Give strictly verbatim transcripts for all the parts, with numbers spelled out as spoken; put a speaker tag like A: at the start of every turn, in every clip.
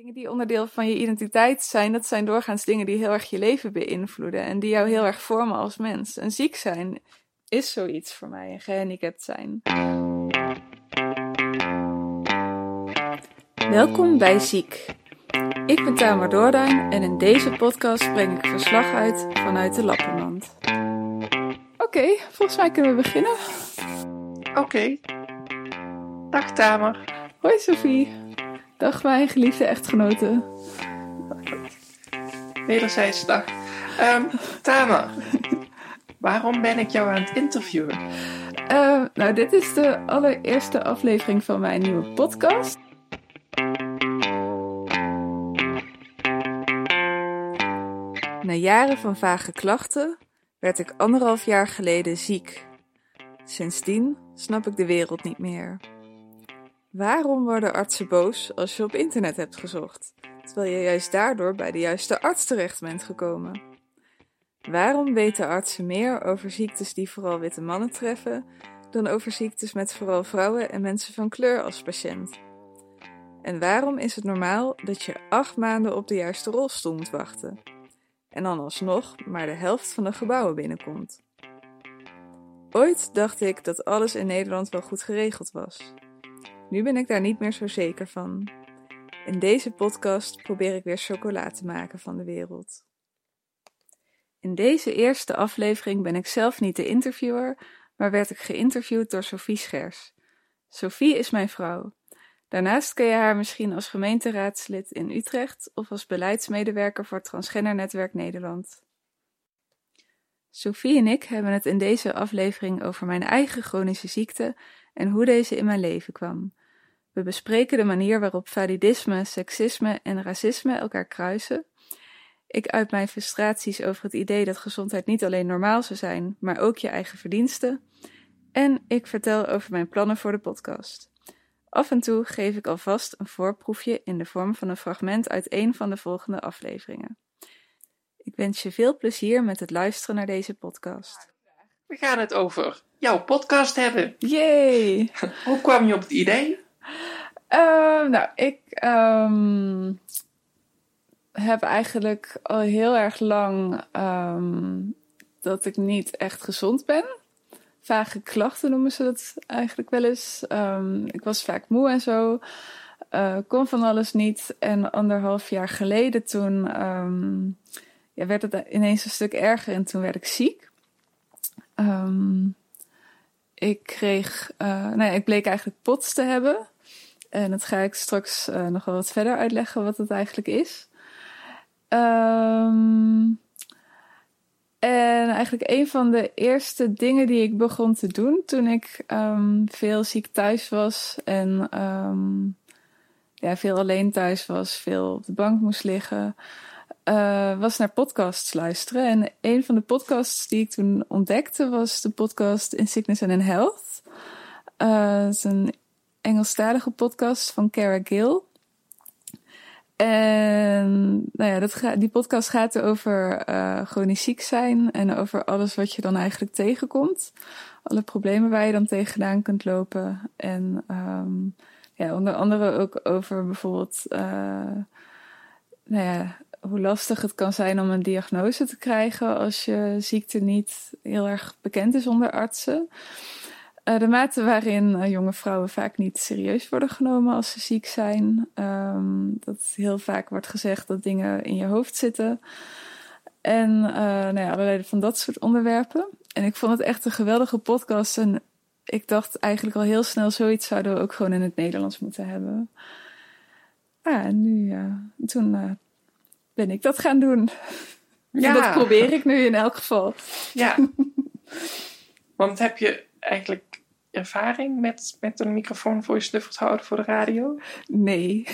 A: Dingen die onderdeel van je identiteit zijn, dat zijn doorgaans dingen die heel erg je leven beïnvloeden en die jou heel erg vormen als mens. En ziek zijn is zoiets voor mij, en gehandicapt zijn. Welkom bij Ziek. Ik ben Tamer Doorduin en in deze podcast breng ik verslag uit vanuit de Lappenmand. Oké, okay, volgens mij kunnen we beginnen.
B: Oké. Okay. Dag Tamer.
A: Hoi Sophie. Dag mijn geliefde echtgenote.
B: Wederzijds dag. Um, Tamer, waarom ben ik jou aan het interviewen?
A: Uh, nou, dit is de allereerste aflevering van mijn nieuwe podcast. Na jaren van vage klachten werd ik anderhalf jaar geleden ziek. Sindsdien snap ik de wereld niet meer. Waarom worden artsen boos als je op internet hebt gezocht, terwijl je juist daardoor bij de juiste arts terecht bent gekomen? Waarom weten artsen meer over ziektes die vooral witte mannen treffen, dan over ziektes met vooral vrouwen en mensen van kleur als patiënt? En waarom is het normaal dat je acht maanden op de juiste rolstoel moet wachten, en dan alsnog maar de helft van de gebouwen binnenkomt? Ooit dacht ik dat alles in Nederland wel goed geregeld was. Nu ben ik daar niet meer zo zeker van. In deze podcast probeer ik weer chocola te maken van de wereld. In deze eerste aflevering ben ik zelf niet de interviewer, maar werd ik geïnterviewd door Sophie Schers. Sophie is mijn vrouw. Daarnaast ken je haar misschien als gemeenteraadslid in Utrecht of als beleidsmedewerker voor Transgender Netwerk Nederland. Sophie en ik hebben het in deze aflevering over mijn eigen chronische ziekte en hoe deze in mijn leven kwam. We bespreken de manier waarop validisme, seksisme en racisme elkaar kruisen. Ik uit mijn frustraties over het idee dat gezondheid niet alleen normaal zou zijn, maar ook je eigen verdiensten. En ik vertel over mijn plannen voor de podcast. Af en toe geef ik alvast een voorproefje in de vorm van een fragment uit een van de volgende afleveringen. Ik wens je veel plezier met het luisteren naar deze podcast.
B: We gaan het over jouw podcast hebben.
A: Yay!
B: Hoe kwam je op het idee?
A: Uh, nou, ik um, heb eigenlijk al heel erg lang um, dat ik niet echt gezond ben. Vage klachten noemen ze dat eigenlijk wel eens. Um, ik was vaak moe en zo. Uh, kon van alles niet. En anderhalf jaar geleden toen um, ja, werd het ineens een stuk erger en toen werd ik ziek. Um, ik kreeg, uh, nou ja, ik bleek eigenlijk P O T S te hebben. En dat ga ik straks uh, nog wel wat verder uitleggen wat het eigenlijk is. Um, en eigenlijk een van de eerste dingen die ik begon te doen toen ik um, veel ziek thuis was en um, ja, veel alleen thuis was, veel op de bank moest liggen, uh, was naar podcasts luisteren. En een van de podcasts die ik toen ontdekte was de podcast In Sickness and in Health. Uh, het is een Engelstalige podcast van Cara Gill. En nou ja, dat ga, die podcast gaat over uh, chronisch ziek zijn en over alles wat je dan eigenlijk tegenkomt. Alle problemen waar je dan tegenaan kunt lopen. En um, ja, onder andere ook over bijvoorbeeld uh, nou ja, hoe lastig het kan zijn om een diagnose te krijgen als je ziekte niet heel erg bekend is onder artsen. Uh, de mate waarin uh, jonge vrouwen vaak niet serieus worden genomen als ze ziek zijn. Um, dat heel vaak wordt gezegd dat dingen in je hoofd zitten. En uh, nou ja, allerlei van dat soort onderwerpen. En ik vond het echt een geweldige podcast. En ik dacht eigenlijk al heel snel, zoiets zouden we ook gewoon in het Nederlands moeten hebben. Ah, en nu, uh, toen uh, ben ik dat gaan doen. Ja. Dat probeer ik nu in elk geval.
B: Ja, want heb je eigenlijk ervaring met, met een microfoon voor je snuffert houden voor de radio?
A: Nee.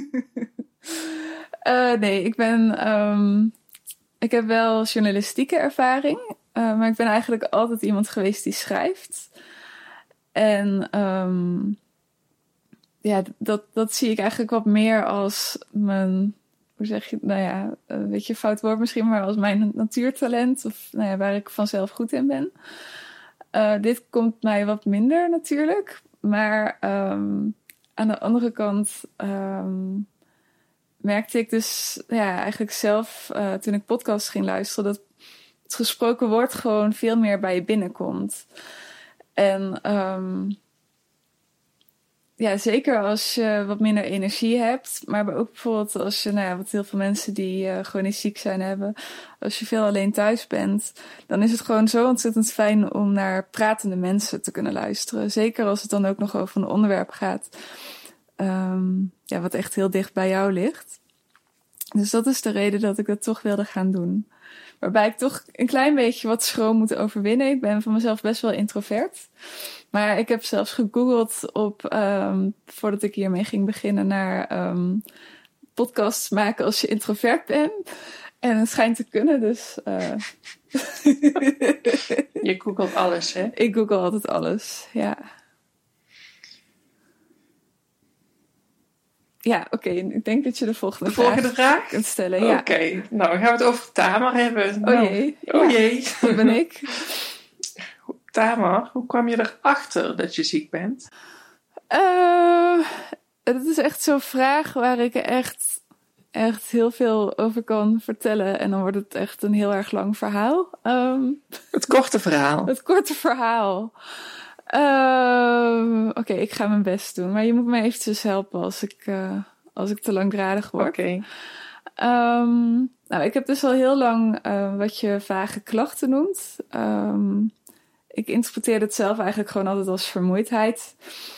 A: uh, nee, ik ben... Um, ik heb wel journalistieke ervaring. Uh, maar ik ben eigenlijk altijd iemand geweest die schrijft. En um, ja, dat, dat zie ik eigenlijk wat meer als mijn... Hoe zeg je het? Nou ja, een beetje fout woord misschien, maar als mijn natuurtalent. Of nou ja, waar ik vanzelf goed in ben. Uh, dit komt mij wat minder natuurlijk. Maar um, aan de andere kant um, merkte ik dus ja, eigenlijk zelf, uh, toen ik podcasts ging luisteren, dat het gesproken woord gewoon veel meer bij je binnenkomt. En um, ja, zeker als je wat minder energie hebt, maar ook bijvoorbeeld als je, nou ja, wat heel veel mensen die uh, chronisch ziek zijn hebben, als je veel alleen thuis bent, dan is het gewoon zo ontzettend fijn om naar pratende mensen te kunnen luisteren. Zeker als het dan ook nog over een onderwerp gaat, um, ja, wat echt heel dicht bij jou ligt. Dus dat is de reden dat ik dat toch wilde gaan doen. Waarbij ik toch een klein beetje wat schroom moet overwinnen. Ik ben van mezelf best wel introvert. Maar ik heb zelfs gegoogeld op, um, voordat ik hiermee ging beginnen, naar um, podcasts maken als je introvert bent. En het schijnt te kunnen, dus... Uh...
B: Je googelt alles, hè?
A: Ik google altijd alles, ja. Ja, oké. Okay. Ik denk dat je de volgende,
B: de volgende
A: vraag,
B: vraag
A: kunt stellen.
B: Oké,
A: ja.
B: okay. Nou, dan gaan we het over Tamar hebben.
A: Oh
B: nou,
A: jee.
B: Oh
A: ja.
B: jee.
A: Dat ben ik.
B: Tamar, hoe kwam je erachter dat je ziek bent?
A: Uh, dat is echt zo'n vraag waar ik echt, echt heel veel over kan vertellen. En dan wordt het echt een heel erg lang verhaal. Um,
B: het korte verhaal.
A: Het korte verhaal. Uh, Oké, okay, ik ga mijn best doen. Maar je moet me eventjes helpen als ik, uh, als ik te langdradig word.
B: Oké. Okay.
A: Um, nou, ik heb dus al heel lang uh, wat je vage klachten noemt. Um, ik interpreteerde het zelf eigenlijk gewoon altijd als vermoeidheid.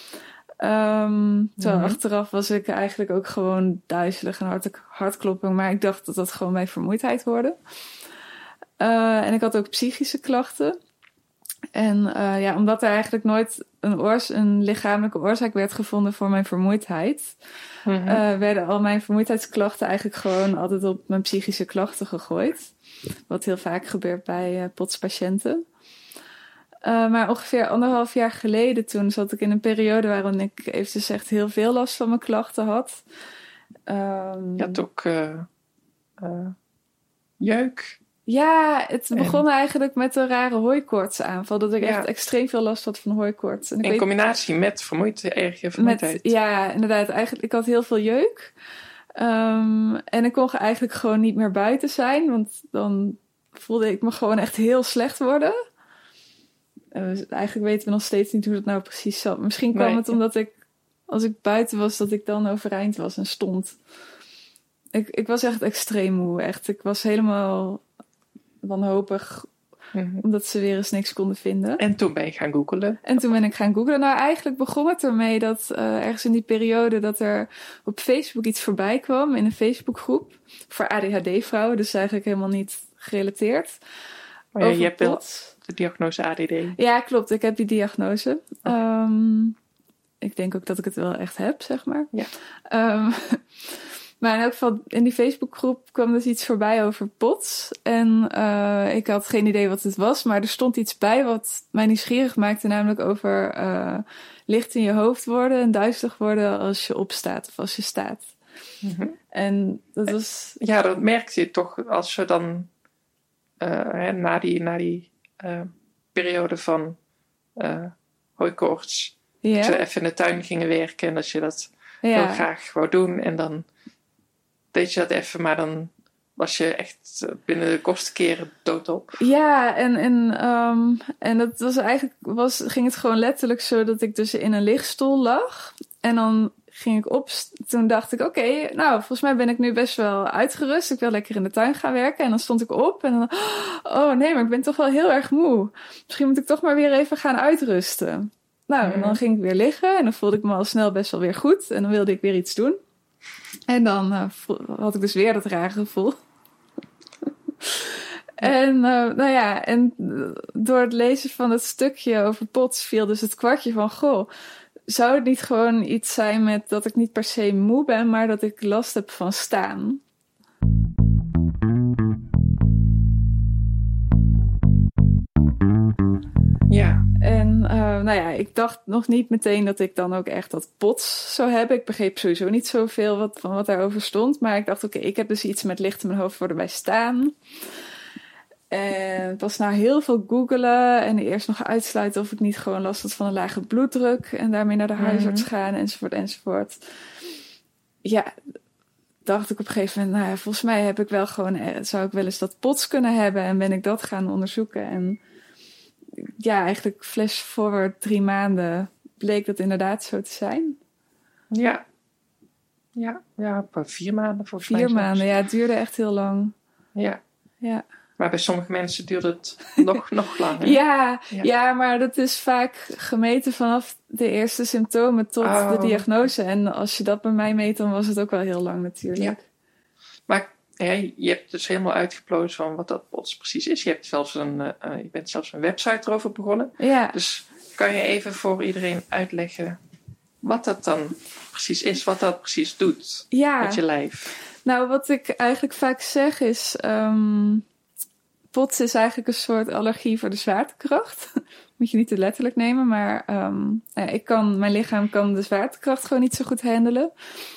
A: Um, terwijl mm-hmm. achteraf was ik eigenlijk ook gewoon duizelig en hart, hartklopping. Maar ik dacht dat dat gewoon bij vermoeidheid hoorde. Uh, en ik had ook psychische klachten. En uh, ja, omdat er eigenlijk nooit een, oors- een lichamelijke oorzaak werd gevonden voor mijn vermoeidheid, mm-hmm. uh, werden al mijn vermoeidheidsklachten eigenlijk gewoon altijd op mijn psychische klachten gegooid. Wat heel vaak gebeurt bij uh, P O T S-patiënten. Uh, maar ongeveer anderhalf jaar geleden, toen zat ik in een periode waarin ik eventjes echt heel veel last van mijn klachten had. Um,
B: Je had ook uh, uh, jeuk.
A: Ja, het begon en... eigenlijk met een rare hooikoortsaanval. Dat ik ja. echt extreem veel last had van hooikoorts. En ik
B: in
A: weet...
B: combinatie met vermoeidheid, erge vermoeidheid.
A: Met, ja, inderdaad. Eigenlijk, ik had heel veel jeuk. Um, en ik kon eigenlijk gewoon niet meer buiten zijn. Want dan voelde ik me gewoon echt heel slecht worden. Uh, eigenlijk weten we nog steeds niet hoe dat nou precies zat. Misschien kwam nee. het omdat ik, als ik buiten was, dat ik dan overeind was en stond. Ik, ik was echt extreem moe. Echt. Ik was helemaal wanhopig, mm-hmm. omdat ze weer eens niks konden vinden.
B: En toen ben je gaan googlen.
A: En toen ben ik gaan googlen. Nou, eigenlijk begon het ermee dat uh, ergens in die periode dat er op Facebook iets voorbij kwam in een Facebookgroep voor A D H D-vrouwen, dus eigenlijk helemaal niet gerelateerd.
B: Oh ja, je hebt wel de diagnose A D D.
A: Ja, klopt. Ik heb die diagnose. Okay. Um, ik denk ook dat ik het wel echt heb, zeg maar.
B: Ja.
A: Um, Maar in elk geval, in die Facebookgroep kwam dus iets voorbij over P O T S. En uh, ik had geen idee wat het was, maar er stond iets bij wat mij nieuwsgierig maakte, namelijk over uh, licht in je hoofd worden en duizelig worden als je opstaat of als je staat. Mm-hmm. En dat was...
B: Ja, dat merkte je toch als je dan uh, hè, na die, na die uh, periode van uh, hooikoorts, ja. dat je even in de tuin gingen werken en dat je dat ja. heel graag wou doen en dan deed je dat even, maar dan was je echt binnen de kortste keren doodop.
A: Ja, en, en, um, en dat was eigenlijk, was, ging het gewoon letterlijk zo dat ik dus in een lichtstoel lag. En dan ging ik op, toen dacht ik, oké, okay, nou, volgens mij ben ik nu best wel uitgerust. Ik wil lekker in de tuin gaan werken. En dan stond ik op en dan, oh nee, maar ik ben toch wel heel erg moe. Misschien moet ik toch maar weer even gaan uitrusten. Nou, en dan ging ik weer liggen en dan voelde ik me al snel best wel weer goed. En dan wilde ik weer iets doen. En dan uh, had ik dus weer dat rare gevoel. En uh, nou ja, en door het lezen van het stukje over P O T S viel dus het kwartje van, goh, zou het niet gewoon iets zijn met dat ik niet per se moe ben, maar dat ik last heb van staan?
B: Ja.
A: En uh, nou ja, ik dacht nog niet meteen dat ik dan ook echt dat P O T S zou hebben. Ik begreep sowieso niet zoveel wat, van wat daarover stond. Maar ik dacht, oké, okay, ik heb dus iets met licht in mijn hoofd worden bij staan. En het was nou heel veel googelen en eerst nog uitsluiten of ik niet gewoon last had van een lage bloeddruk en daarmee naar de huisarts mm-hmm. gaan enzovoort enzovoort. Ja, dacht ik op een gegeven moment, nou ja, volgens mij heb ik wel gewoon, zou ik wel eens dat P O T S kunnen hebben. En ben ik dat gaan onderzoeken. En ja, eigenlijk flash forward drie maanden bleek dat inderdaad zo te zijn.
B: Ja. Ja, ja, vier maanden volgens
A: vier
B: mij.
A: Vier maanden, ja, het duurde echt heel lang.
B: Ja.
A: Ja.
B: Maar bij sommige mensen duurt het nog, nog langer.
A: Ja, ja. ja, maar dat is vaak gemeten vanaf de eerste symptomen tot oh. de diagnose. En als je dat bij mij meet, dan was het ook wel heel lang natuurlijk.
B: Ja. Maar ja, je hebt dus helemaal uitgeplozen van wat dat P O T S precies is. Je, hebt zelfs een, uh, je bent zelfs een website erover begonnen.
A: Ja.
B: Dus kan je even voor iedereen uitleggen wat dat dan precies is, wat dat precies doet
A: ja.
B: met je lijf?
A: Nou, wat ik eigenlijk vaak zeg is, um, P O T S is eigenlijk een soort allergie voor de zwaartekracht. Moet je niet te letterlijk nemen, maar um, ja, ik kan, mijn lichaam kan de zwaartekracht gewoon niet zo goed handelen.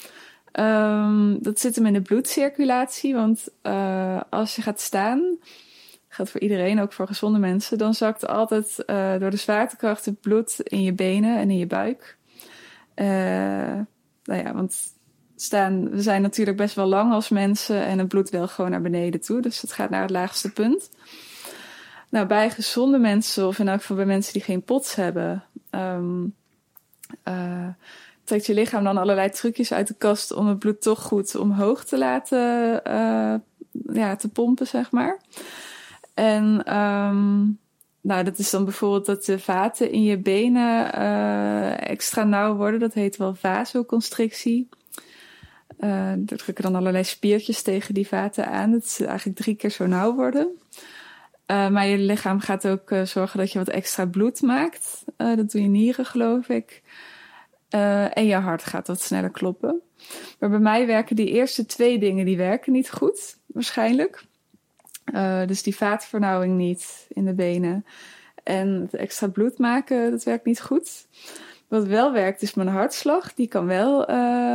A: Um, dat zit hem in de bloedcirculatie, want uh, als je gaat staan, geldt voor iedereen, ook voor gezonde mensen, dan zakt altijd uh, door de zwaartekracht het bloed in je benen en in je buik. Uh, nou ja, want staan, we zijn natuurlijk best wel lang als mensen en het bloed wil gewoon naar beneden toe, dus het gaat naar het laagste punt. Nou, bij gezonde mensen, of in elk geval bij mensen die geen P O T S hebben, um, uh, trekt je lichaam dan allerlei trucjes uit de kast om het bloed toch goed omhoog te laten, uh, ja, te pompen, zeg maar. En um, nou, dat is dan bijvoorbeeld dat de vaten in je benen uh, extra nauw worden. Dat heet wel vasoconstrictie. Uh, er drukken dan allerlei spiertjes tegen die vaten aan. Dat ze eigenlijk drie keer zo nauw worden. Uh, maar je lichaam gaat ook uh, zorgen dat je wat extra bloed maakt. Uh, dat doen je nieren, geloof ik. Uh, en je hart gaat wat sneller kloppen. Maar bij mij werken die eerste twee dingen, die werken niet goed, waarschijnlijk. Uh, dus die vaatvernauwing niet in de benen. En het extra bloed maken, dat werkt niet goed. Wat wel werkt, is mijn hartslag. Die kan wel... Uh,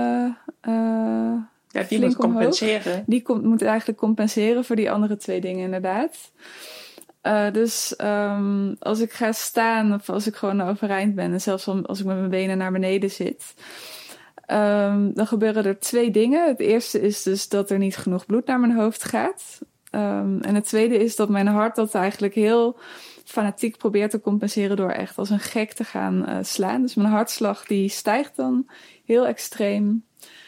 A: uh,
B: ja, die moet compenseren.
A: Die kom, moet eigenlijk compenseren voor die andere twee dingen, inderdaad. Uh, dus um, als ik ga staan of als ik gewoon overeind ben... en zelfs als ik met mijn benen naar beneden zit... Um, dan gebeuren er twee dingen. Het eerste is dus dat er niet genoeg bloed naar mijn hoofd gaat... Um, en het tweede is dat mijn hart dat eigenlijk heel fanatiek probeert te compenseren door echt als een gek te gaan uh, slaan. Dus mijn hartslag die stijgt dan heel extreem.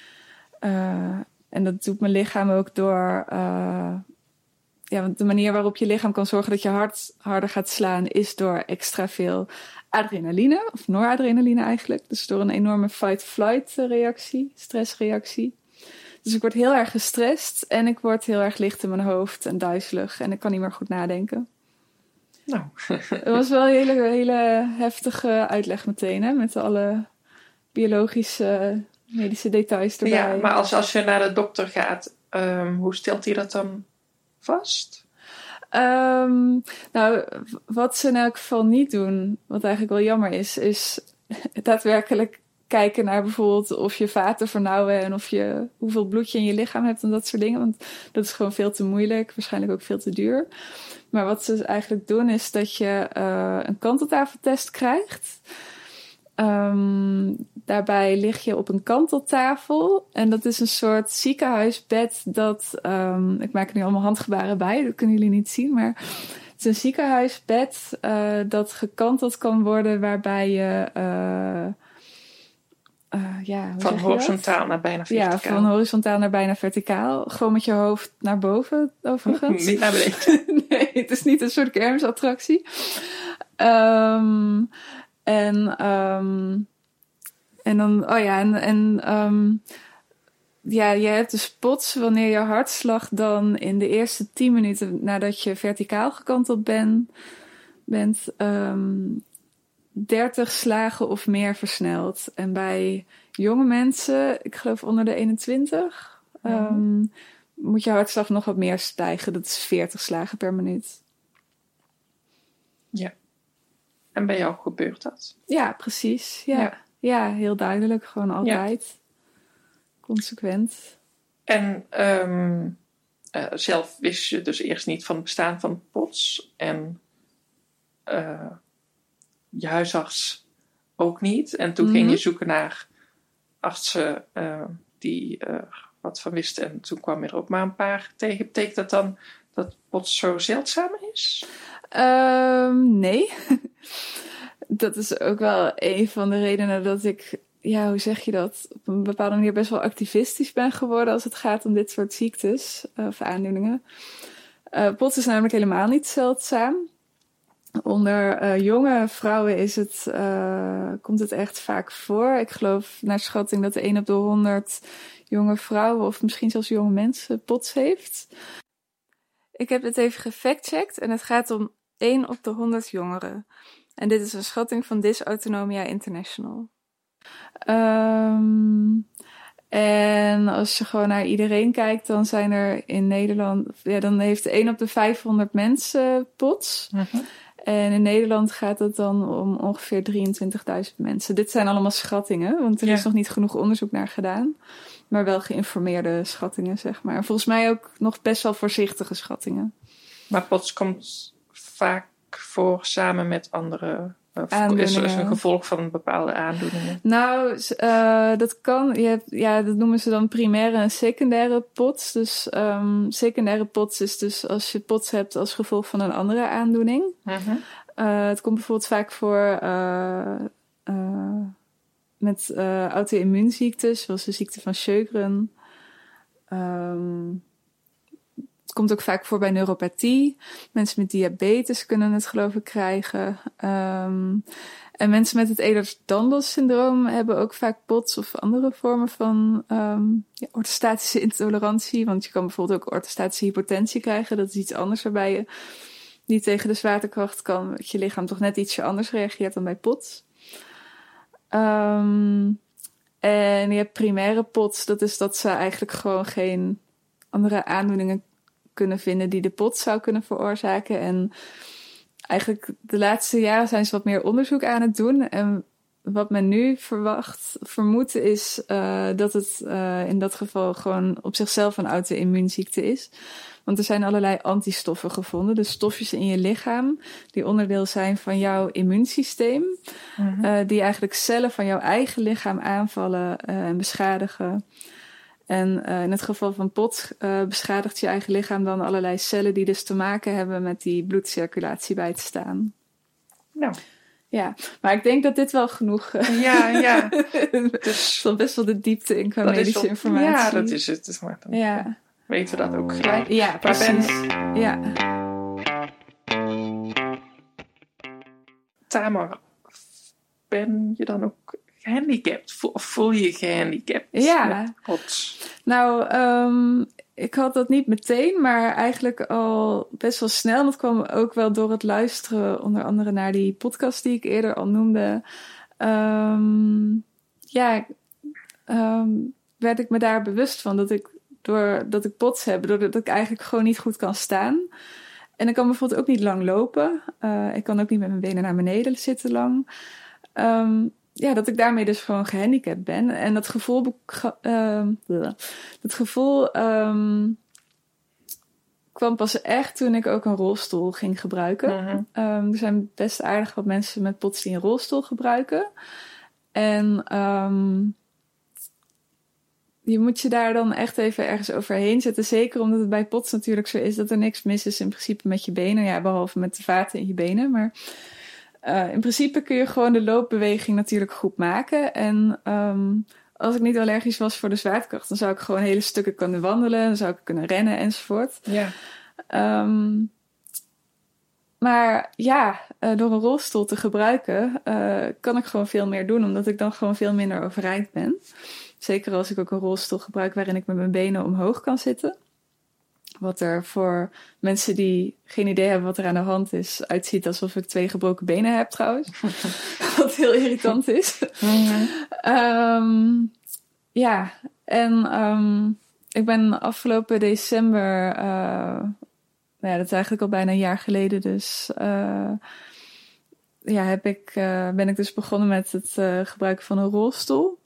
A: Uh, en dat doet mijn lichaam ook door... Uh, ja, want de manier waarop je lichaam kan zorgen dat je hart harder gaat slaan is door extra veel adrenaline, of noradrenaline eigenlijk. Dus door een enorme fight-flight reactie, stressreactie. Dus ik word heel erg gestrest en ik word heel erg licht in mijn hoofd en duizelig. En ik kan niet meer goed nadenken.
B: Nou.
A: Het was wel een hele, hele heftige uitleg meteen, hè? Met alle biologische, medische details erbij.
B: Ja, maar als, als je naar de dokter gaat, um, hoe stelt hij dat dan vast?
A: Um, nou, wat ze in elk geval niet doen, wat eigenlijk wel jammer is, is daadwerkelijk kijken naar bijvoorbeeld of je vaten vernauwen en of je hoeveel bloed je in je lichaam hebt en dat soort dingen. Want dat is gewoon veel te moeilijk, waarschijnlijk ook veel te duur. Maar wat ze eigenlijk doen is dat je uh, een kanteltafeltest krijgt. Um, daarbij lig je op een kanteltafel en dat is een soort ziekenhuisbed dat, um, ik maak er nu allemaal handgebaren bij, dat kunnen jullie niet zien, maar het is een ziekenhuisbed uh, dat gekanteld kan worden waarbij je uh, Uh, ja,
B: van horizontaal naar bijna verticaal.
A: Ja, van horizontaal naar bijna verticaal. Gewoon met je hoofd naar boven, overigens.
B: Niet naar beneden.
A: Nee, het is niet een soort kermisattractie. Um, en, um, en dan, oh ja, en, en um, ja, je hebt dus P O T S wanneer je hartslag dan in de eerste tien minuten nadat je verticaal gekanteld ben, bent, um, dertig slagen of meer versneld. En bij jonge mensen, ik geloof onder de eenentwintig, ja. um, moet je hartslag nog wat meer stijgen. Dat is veertig slagen per minuut.
B: Ja. En bij jou gebeurt dat?
A: Ja, precies. Ja, ja. ja heel duidelijk. Gewoon altijd. Ja. Consequent.
B: En um, uh, zelf wist je dus eerst niet van het bestaan van P O T S. En uh, je huisarts ook niet. En toen mm-hmm. ging je zoeken naar artsen uh, die uh, wat van wist. En toen kwam je er ook maar een paar tegen. Betekent dat dan dat POTS zo zeldzaam is?
A: Um, nee. Dat is ook wel een van de redenen dat ik, ja, hoe zeg je dat, op een bepaalde manier best wel activistisch ben geworden als het gaat om dit soort ziektes of aandoeningen. Uh, POTS is namelijk helemaal niet zeldzaam. Onder uh, jonge vrouwen is het, uh, komt het echt vaak voor. Ik geloof naar schatting dat één op de honderd jonge vrouwen of misschien zelfs jonge mensen POTS heeft. Ik heb het even gefactcheckt en het gaat om één op de honderd jongeren. En dit is een schatting van Dysautonomia International. Um, en als je gewoon naar iedereen kijkt, dan zijn er in Nederland, ja, dan heeft één op de vijfhonderd mensen POTS. Uh-huh. En in Nederland gaat het dan om ongeveer drieëntwintigduizend mensen. Dit zijn allemaal schattingen, want er ja. is nog niet genoeg onderzoek naar gedaan. Maar wel geïnformeerde schattingen, zeg maar. En volgens mij ook nog best wel voorzichtige schattingen. Maar
B: POTS komt vaak voor samen met andere aandoeningen. Is een gevolg van bepaalde aandoeningen?
A: Nou, uh, dat kan. Je hebt, ja, dat noemen ze dan primaire en secundaire POTS. Dus um, secundaire POTS is dus als je POTS hebt als gevolg van een andere aandoening. Uh-huh. Uh, het komt bijvoorbeeld vaak voor uh, uh, met uh, auto-immuunziektes, zoals de ziekte van Sjögren. Um, Het komt ook vaak voor bij neuropathie. Mensen met diabetes kunnen het geloof ik krijgen. Um, en mensen met het Ehlers-Danlos-syndroom hebben ook vaak POTS of andere vormen van um, ja, orthostatische intolerantie. Want je kan bijvoorbeeld ook orthostatische hypotensie krijgen. Dat is iets anders waarbij je niet tegen de zwaartekracht kan. Dat je lichaam toch net ietsje anders reageert dan bij POTS. Um, en je hebt primaire POTS. Dat is dat ze eigenlijk gewoon geen andere aandoeningen kunnen vinden die de POTS zou kunnen veroorzaken. En eigenlijk de laatste jaren zijn ze wat meer onderzoek aan het doen. En wat men nu verwacht, vermoedt is uh, dat het uh, in dat geval gewoon op zichzelf een auto-immuunziekte is. Want er zijn allerlei antistoffen gevonden. Dus stofjes in je lichaam die onderdeel zijn van jouw immuunsysteem. Mm-hmm. Uh, die eigenlijk cellen van jouw eigen lichaam aanvallen uh, en beschadigen. En uh, in het geval van POTS uh, beschadigt je eigen lichaam dan allerlei cellen die dus te maken hebben met die bloedcirculatie bij te staan.
B: Nou.
A: Ja, maar ik denk dat dit wel genoeg uh,
B: ja, ja.
A: Dus wel best wel de diepte in qua medische wel, informatie.
B: Ja, dat is het. Dus maar dan
A: ja.
B: weten we dat ook gelijk.
A: Ja, precies. Ben, ja.
B: Tamar, ben je dan ook gehandicapt? Of voel je je gehandicapt
A: ja.
B: met POTS?
A: Nou, um, ik had dat niet meteen, maar eigenlijk al best wel snel. Dat kwam ook wel door het luisteren, onder andere naar die podcast die ik eerder al noemde. Um, ja, um, werd ik me daar bewust van dat ik, doordat ik POTS heb, doordat ik eigenlijk gewoon niet goed kan staan. En ik kan bijvoorbeeld ook niet lang lopen. Uh, ik kan ook niet met mijn benen naar beneden zitten lang. Um, Ja, dat ik daarmee dus gewoon gehandicapt ben. En dat gevoel, uh, dat gevoel um, kwam pas echt toen ik ook een rolstoel ging gebruiken. Uh-huh. Um, er zijn best aardig wat mensen met POTS die een rolstoel gebruiken. En um, je moet je daar dan echt even ergens overheen zetten. Zeker omdat het bij POTS natuurlijk zo is dat er niks mis is in principe met je benen. Ja, behalve met de vaten in je benen, maar... Uh, in principe kun je gewoon de loopbeweging natuurlijk goed maken. En um, als ik niet allergisch was voor de zwaartekracht, dan zou ik gewoon hele stukken kunnen wandelen. Dan zou ik kunnen rennen enzovoort.
B: Ja.
A: Um, maar ja, uh, door een rolstoel te gebruiken, uh, kan ik gewoon veel meer doen. Omdat ik dan gewoon veel minder overeind ben. Zeker als ik ook een rolstoel gebruik waarin ik met mijn benen omhoog kan zitten. Wat er voor mensen die geen idee hebben wat er aan de hand is, uitziet alsof ik twee gebroken benen heb trouwens. Wat heel irritant is. Mm-hmm. Um, ja, en um, ik ben afgelopen december, uh, nou ja, dat is eigenlijk al bijna een jaar geleden dus, uh, ja, heb ik, uh, ben ik dus begonnen met het uh, gebruiken van een rolstoel.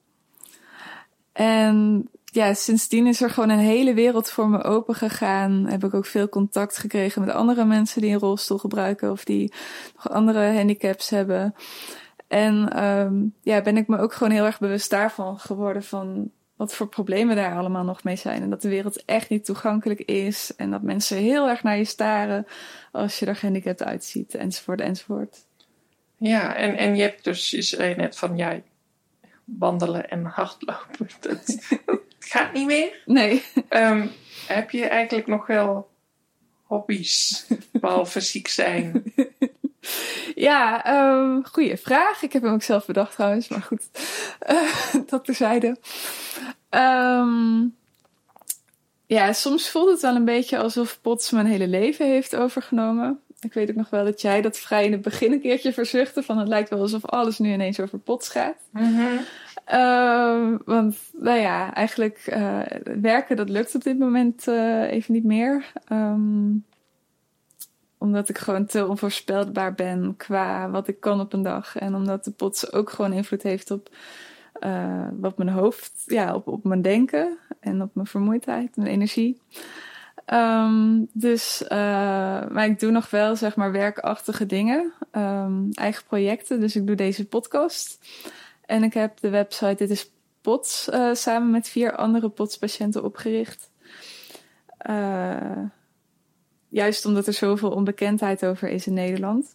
A: En ja, sindsdien is er gewoon een hele wereld voor me open gegaan. Heb ik ook veel contact gekregen met andere mensen die een rolstoel gebruiken of die nog andere handicaps hebben. En um, ja, ben ik me ook gewoon heel erg bewust daarvan geworden van wat voor problemen daar allemaal nog mee zijn. En dat de wereld echt niet toegankelijk is. En dat mensen heel erg naar je staren als je er gehandicapt uitziet. Enzovoort, enzovoort.
B: Ja, en, en je hebt dus, je zei net van, ja, wandelen en hardlopen. Dat, dat gaat niet meer.
A: Nee.
B: Um, heb je eigenlijk nog wel hobby's, behalve ziek zijn?
A: Ja, um, goeie vraag. Ik heb hem ook zelf bedacht trouwens, maar goed. Uh, dat terzijde. Um, ja, soms voelt het wel een beetje alsof Pots mijn hele leven heeft overgenomen. Ik weet ook nog wel dat jij dat vrij in het begin een keertje verzuchtte. Van het lijkt wel alsof alles nu ineens over Pots gaat.
B: Mm-hmm.
A: Uh, want, nou ja, eigenlijk uh, werken, dat lukt op dit moment uh, even niet meer. Um, omdat ik gewoon te onvoorspelbaar ben qua wat ik kan op een dag. En omdat de Pots ook gewoon invloed heeft op uh, wat mijn hoofd, ja, op, op mijn denken. En op mijn vermoeidheid, mijn energie. Um, dus, uh, maar ik doe nog wel, zeg maar, werkachtige dingen. Um, eigen projecten. Dus ik doe deze podcast. En ik heb de website Dit is Pots uh, samen met vier andere Pots-patiënten opgericht. Uh, juist omdat er zoveel onbekendheid over is in Nederland.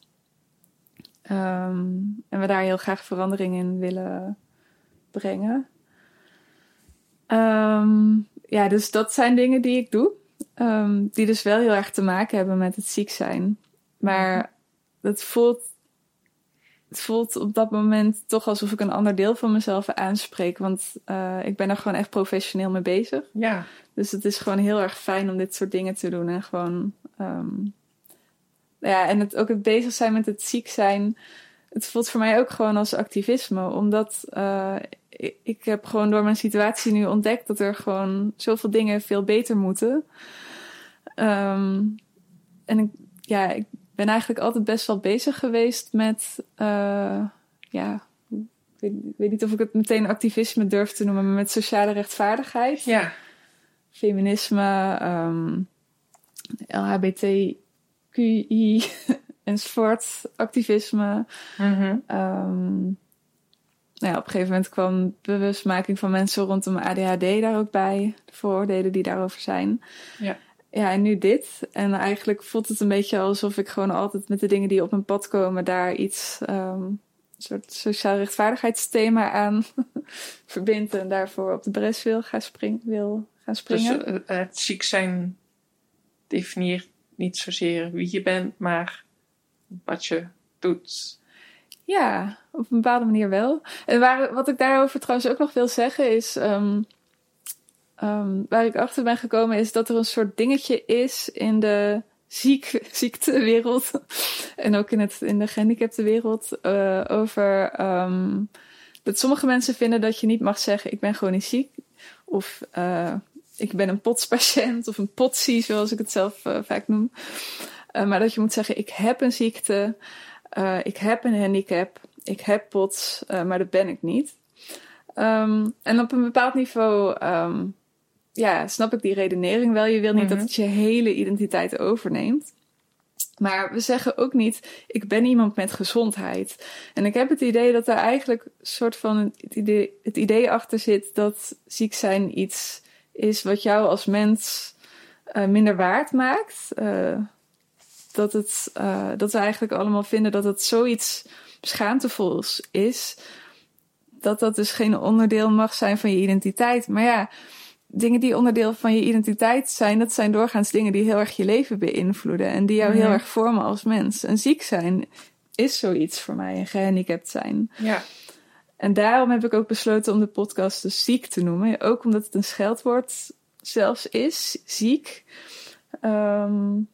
A: Um, en we daar heel graag verandering in willen brengen. Um, ja, dus dat zijn dingen die ik doe. Um, die dus wel heel erg te maken hebben met het ziek zijn. Maar het voelt, het voelt op dat moment toch alsof ik een ander deel van mezelf aanspreek. Want uh, ik ben er gewoon echt professioneel mee bezig.
B: Ja.
A: Dus het is gewoon heel erg fijn om dit soort dingen te doen. En gewoon... Um, ja, en het, ook het bezig zijn met het ziek zijn... Het voelt voor mij ook gewoon als activisme. Omdat uh, ik, ik heb gewoon door mijn situatie nu ontdekt... dat er gewoon zoveel dingen veel beter moeten. Um, en ik, ja, ik ben eigenlijk altijd best wel bezig geweest met... Uh, ja, ik weet, ik weet niet of ik het meteen activisme durf te noemen... maar met sociale rechtvaardigheid.
B: Ja. Feminisme,
A: um, L H B T Q I... enzovoort, activisme.
B: Mm-hmm.
A: Um, nou ja, op een gegeven moment kwam bewustmaking van mensen rondom A D H D daar ook bij. De vooroordelen die daarover zijn.
B: Ja.
A: Ja, en nu dit. En eigenlijk voelt het een beetje alsof ik gewoon altijd met de dingen die op mijn pad komen... daar iets, um, een soort sociaal rechtvaardigheidsthema aan verbind... en daarvoor op de bres wil gaan, spring, wil gaan springen.
B: Dus uh, het ziek zijn definieert niet zozeer wie je bent, maar... wat je doet.
A: Ja, op een bepaalde manier wel. En waar, wat ik daarover trouwens ook nog wil zeggen is... Um, um, waar ik achter ben gekomen is dat er een soort dingetje is in de ziek, ziektewereld... en ook in, het, in de gehandicaptenwereld... Uh, over um, dat sommige mensen vinden dat je niet mag zeggen... ik ben chronisch ziek. Of uh, ik ben een potspatiënt of een potsie, zoals ik het zelf uh, vaak noem... Uh, maar dat je moet zeggen, ik heb een ziekte, uh, ik heb een handicap, ik heb pots, uh, maar dat ben ik niet. Um, en op een bepaald niveau, um, ja, snap ik die redenering wel. Je wil niet mm-hmm. dat het je hele identiteit overneemt. Maar we zeggen ook niet, ik ben iemand met gezondheid. En ik heb het idee dat er eigenlijk een soort van het idee, het idee achter zit dat ziek zijn iets is wat jou als mens uh, minder waard maakt. Uh, Dat, het, uh, dat we eigenlijk allemaal vinden dat het zoiets schaamtevols is. Dat dat dus geen onderdeel mag zijn van je identiteit. Maar ja, dingen die onderdeel van je identiteit zijn... dat zijn doorgaans dingen die heel erg je leven beïnvloeden. En die jou mm-hmm. heel erg vormen als mens. En ziek zijn is zoiets voor mij. En gehandicapt zijn.
B: Ja.
A: En daarom heb ik ook besloten om de podcast dus ziek te noemen. Ook omdat het een scheldwoord zelfs is. Ziek. Um,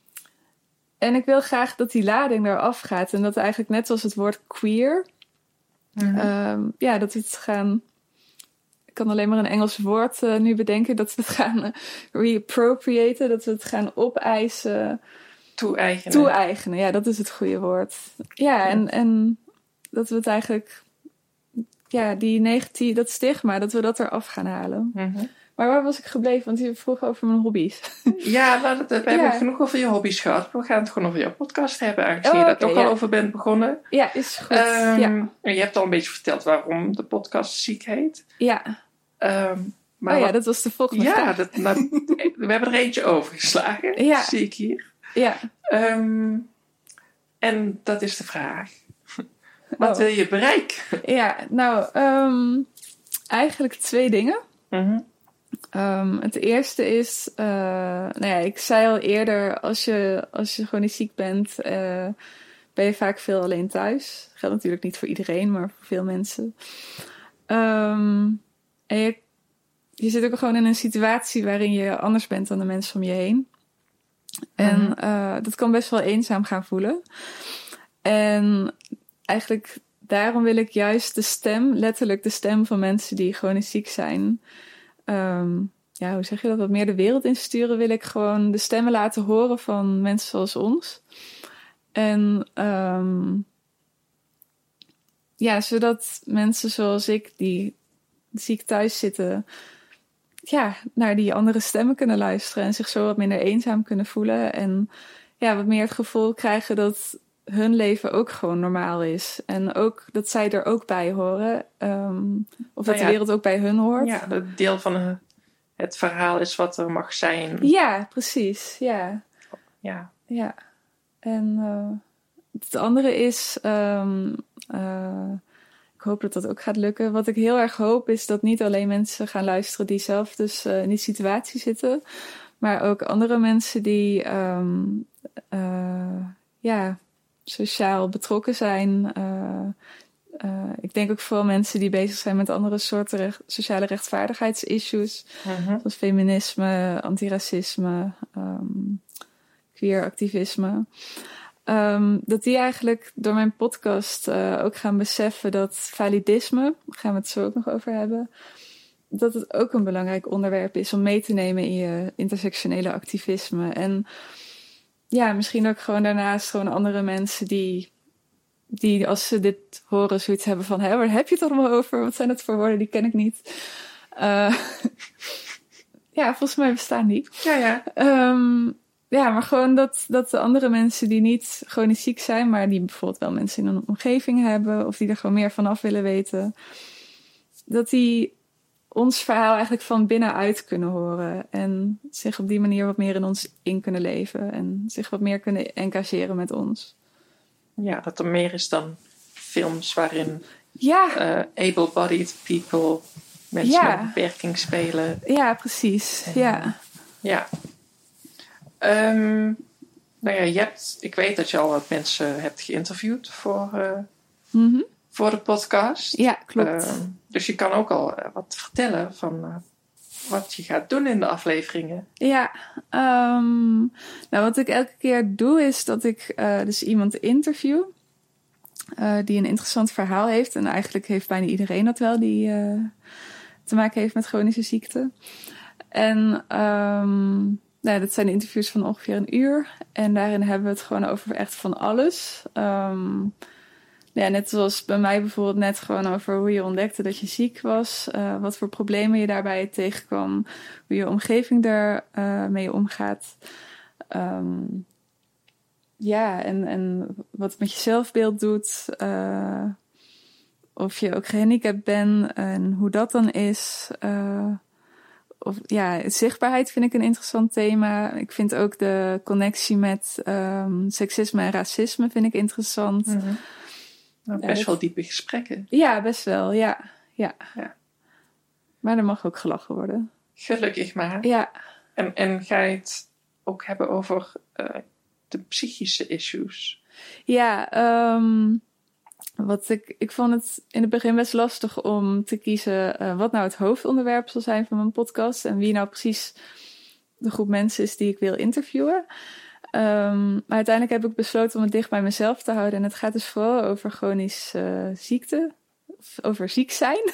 A: En ik wil graag dat die lading eraf gaat. En dat eigenlijk net als het woord queer... Mm-hmm. Um, ja, dat we het gaan... Ik kan alleen maar een Engels woord uh, nu bedenken. Dat we het gaan uh, reappropriaten. Dat we het gaan opeisen.
B: Toe-eigenen.
A: Toe-eigenen, ja, dat is het goede woord. Ja, ja. En, en dat we het eigenlijk... Ja, die negatief, dat stigma, dat we dat eraf gaan halen.
B: Mm-hmm.
A: Maar waar was ik gebleven? Want je vroeg over mijn hobby's.
B: Ja, nou, dat, we ja. hebben genoeg over je hobby's gehad. We gaan het gewoon over jouw podcast hebben, aangezien
A: oh,
B: je daar
A: okay,
B: toch
A: ja.
B: al over bent begonnen.
A: Ja, is goed.
B: Um,
A: ja.
B: En je hebt al een beetje verteld waarom de podcast ziek heet.
A: Ja.
B: Um, maar
A: oh ja,
B: wat,
A: dat was de volgende
B: ja,
A: vraag.
B: Dat, nou, we hebben er eentje overgeslagen,
A: ja.
B: zie ik hier.
A: Ja.
B: Um, en dat is de vraag. Wat
A: oh.
B: wil je bereiken?
A: Ja, nou, um, eigenlijk twee dingen.
B: Mm-hmm.
A: Um, het eerste is, uh, nou ja, ik zei al eerder, als je, als je gewoon niet ziek bent, uh, ben je vaak veel alleen thuis. Dat geldt natuurlijk niet voor iedereen, maar voor veel mensen. Um, en je, je zit ook gewoon in een situatie waarin je anders bent dan de mensen om je heen. En
B: Mm-hmm.
A: uh, dat kan best wel eenzaam gaan voelen. En eigenlijk daarom wil ik juist de stem, letterlijk de stem van mensen die chronisch ziek zijn, um, ja, hoe zeg je dat, wat meer de wereld insturen, wil ik gewoon de stemmen laten horen van mensen zoals ons. En um, ja, zodat mensen zoals ik, die ziek thuis zitten, ja, naar die andere stemmen kunnen luisteren en zich zo wat minder eenzaam kunnen voelen. En ja, wat meer het gevoel krijgen dat hun leven ook gewoon normaal is. En ook dat zij er ook bij horen. Um, of dat nou ja, de wereld ook bij hun hoort.
B: Ja, dat deel van het verhaal is wat er mag zijn.
A: Ja, precies. Ja.
B: Ja.
A: Ja. En uh, het andere is, um, uh, ik hoop dat dat ook gaat lukken. Wat ik heel erg hoop is dat niet alleen mensen gaan luisteren die zelf dus uh, in die situatie zitten, maar ook andere mensen die um, uh, ja, sociaal betrokken zijn. Uh, uh, ik denk ook vooral mensen die bezig zijn met andere soorten recht, sociale rechtvaardigheidsissues,
B: Mm-hmm.
A: zoals feminisme, antiracisme, um, queer activisme. Um, dat die eigenlijk door mijn podcast uh, ook gaan beseffen dat validisme, daar gaan we het zo ook nog over hebben, dat het ook een belangrijk onderwerp is om mee te nemen in je intersectionele activisme. En ja, misschien ook gewoon daarnaast gewoon andere mensen die, die als ze dit horen zoiets hebben van, hé, waar heb je het allemaal over? Wat zijn dat voor woorden? Die ken ik niet. Uh, ja, volgens mij bestaan die.
B: Ja, ja.
A: Um, Ja, maar gewoon dat, dat de andere mensen die niet chronisch ziek zijn, maar die bijvoorbeeld wel mensen in hun omgeving hebben, of die er gewoon meer vanaf willen weten, dat die ons verhaal eigenlijk van binnenuit kunnen horen en zich op die manier wat meer in ons in kunnen leven en zich wat meer kunnen engageren met ons.
B: Ja, dat er meer is dan films waarin
A: ja.
B: uh, able-bodied people mensen ja. met beperking spelen.
A: Ja, precies. En, ja.
B: Ja. Um, nou ja, je hebt, ik weet dat je al wat mensen hebt geïnterviewd voor, uh,
A: mm-hmm.
B: voor de podcast.
A: Ja, klopt.
B: Uh, dus je kan ook al uh, wat vertellen van uh, wat je gaat doen in de afleveringen.
A: Ja, um, nou wat ik elke keer doe is dat ik uh, dus iemand interview uh, die een interessant verhaal heeft. En eigenlijk heeft bijna iedereen dat wel die uh, te maken heeft met chronische ziekte. En um, nou, dat zijn interviews van ongeveer een uur. En daarin hebben we het gewoon over echt van alles. Um, ja, net zoals bij mij bijvoorbeeld net gewoon over hoe je ontdekte dat je ziek was. Uh, wat voor problemen je daarbij tegenkwam. Hoe je omgeving daar uh, mee omgaat. Um, ja, en, en wat het met je zelfbeeld doet. Uh, of je ook gehandicapt bent en hoe dat dan is. Uh, Of, ja, zichtbaarheid vind ik een interessant thema. Ik vind ook de connectie met um, seksisme en racisme vind ik interessant.
B: Mm-hmm. Nou, best ja, wel diepe gesprekken.
A: Ja, best wel, ja. ja.
B: ja.
A: Maar er mag ook gelachen worden.
B: Gelukkig maar.
A: Ja.
B: En, en ga je het ook hebben over uh, de psychische issues?
A: Ja, um, Wat ik, ik vond het in het begin best lastig om te kiezen uh, wat nou het hoofdonderwerp zal zijn van mijn podcast. En wie nou precies de groep mensen is die ik wil interviewen. Um, maar uiteindelijk heb ik besloten om het dicht bij mezelf te houden. En het gaat dus vooral over chronische uh, ziekte. Of over ziek zijn.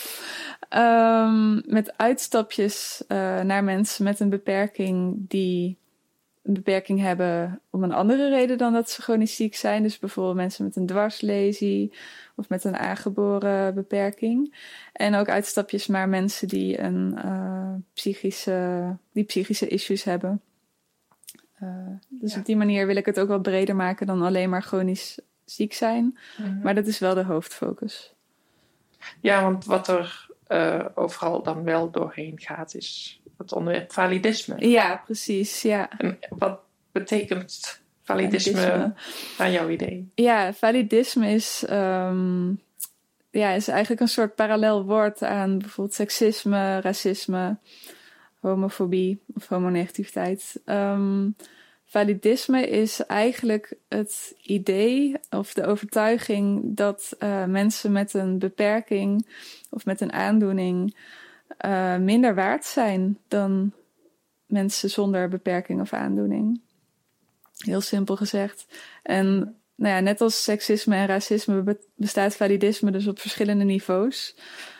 A: um, met uitstapjes uh, naar mensen met een beperking die een beperking hebben om een andere reden dan dat ze chronisch ziek zijn. Dus bijvoorbeeld mensen met een dwarslesie of met een aangeboren beperking. En ook uitstapjes naar mensen die een uh, psychische, die psychische issues hebben. Uh, dus ja. Op die manier wil ik het ook wel breder maken dan alleen maar chronisch ziek zijn. Mm-hmm. Maar dat is wel de hoofdfocus.
B: Ja, want wat er uh, overal dan wel doorheen gaat, is het onderwerp validisme.
A: Ja, precies. Ja.
B: En wat betekent validisme, validisme aan jouw idee?
A: Ja, validisme is, um, ja, is eigenlijk een soort parallel woord aan bijvoorbeeld seksisme, racisme, homofobie of homonegativiteit. Um, validisme is eigenlijk het idee of de overtuiging dat uh, mensen met een beperking of met een aandoening uh, minder waard zijn dan mensen zonder beperking of aandoening. Heel simpel gezegd. En nou ja, net als seksisme en racisme bestaat validisme dus op verschillende niveaus.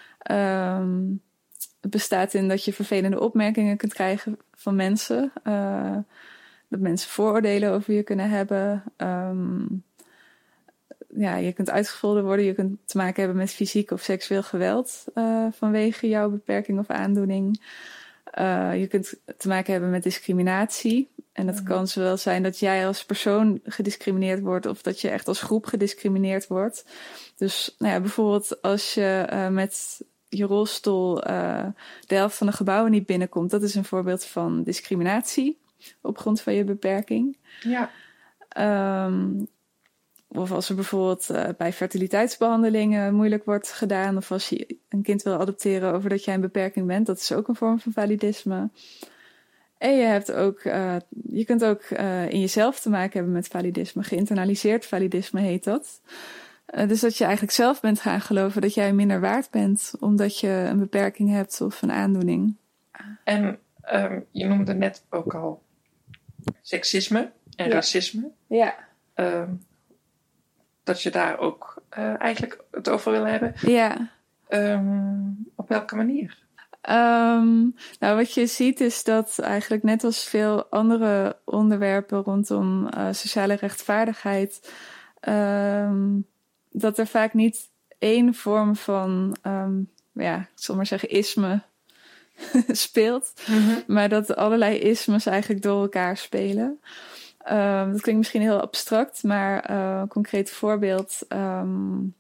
A: Um, het bestaat in dat je vervelende opmerkingen kunt krijgen van mensen. Uh, dat mensen vooroordelen over je kunnen hebben. Um, ja, je kunt uitgescholden worden. Je kunt te maken hebben met fysiek of seksueel geweld uh, vanwege jouw beperking of aandoening. Uh, je kunt te maken hebben met discriminatie. En dat mm-hmm. kan zowel zijn dat jij als persoon gediscrimineerd wordt of dat je echt als groep gediscrimineerd wordt. Dus nou ja, bijvoorbeeld als je uh, met je rolstoel uh, de helft van de gebouwen niet binnenkomt. Dat is een voorbeeld van discriminatie op grond van je beperking.
B: Ja.
A: Um, of als er bijvoorbeeld uh, bij fertiliteitsbehandelingen moeilijk wordt gedaan. Of als je een kind wil adopteren over dat jij een beperking bent. Dat is ook een vorm van validisme. En je hebt ook, uh, je kunt ook uh, in jezelf te maken hebben met validisme. Geïnternaliseerd validisme heet dat. Uh, dus dat je eigenlijk zelf bent gaan geloven dat jij minder waard bent. Omdat je een beperking hebt of een aandoening.
B: En um, je noemde net ook al seksisme en
A: ja.
B: racisme.
A: Ja.
B: Um, dat je daar ook uh, eigenlijk het over wil hebben.
A: Ja.
B: Um, op welke manier?
A: Um, nou, wat je ziet is dat eigenlijk net als veel andere onderwerpen rondom uh, sociale rechtvaardigheid, um, dat er vaak niet één vorm van, um, ja, ik zal maar zeggen, isme speelt, mm-hmm. maar dat allerlei ismes eigenlijk door elkaar spelen. Um, dat klinkt misschien heel abstract, maar uh, een concreet voorbeeld. Um,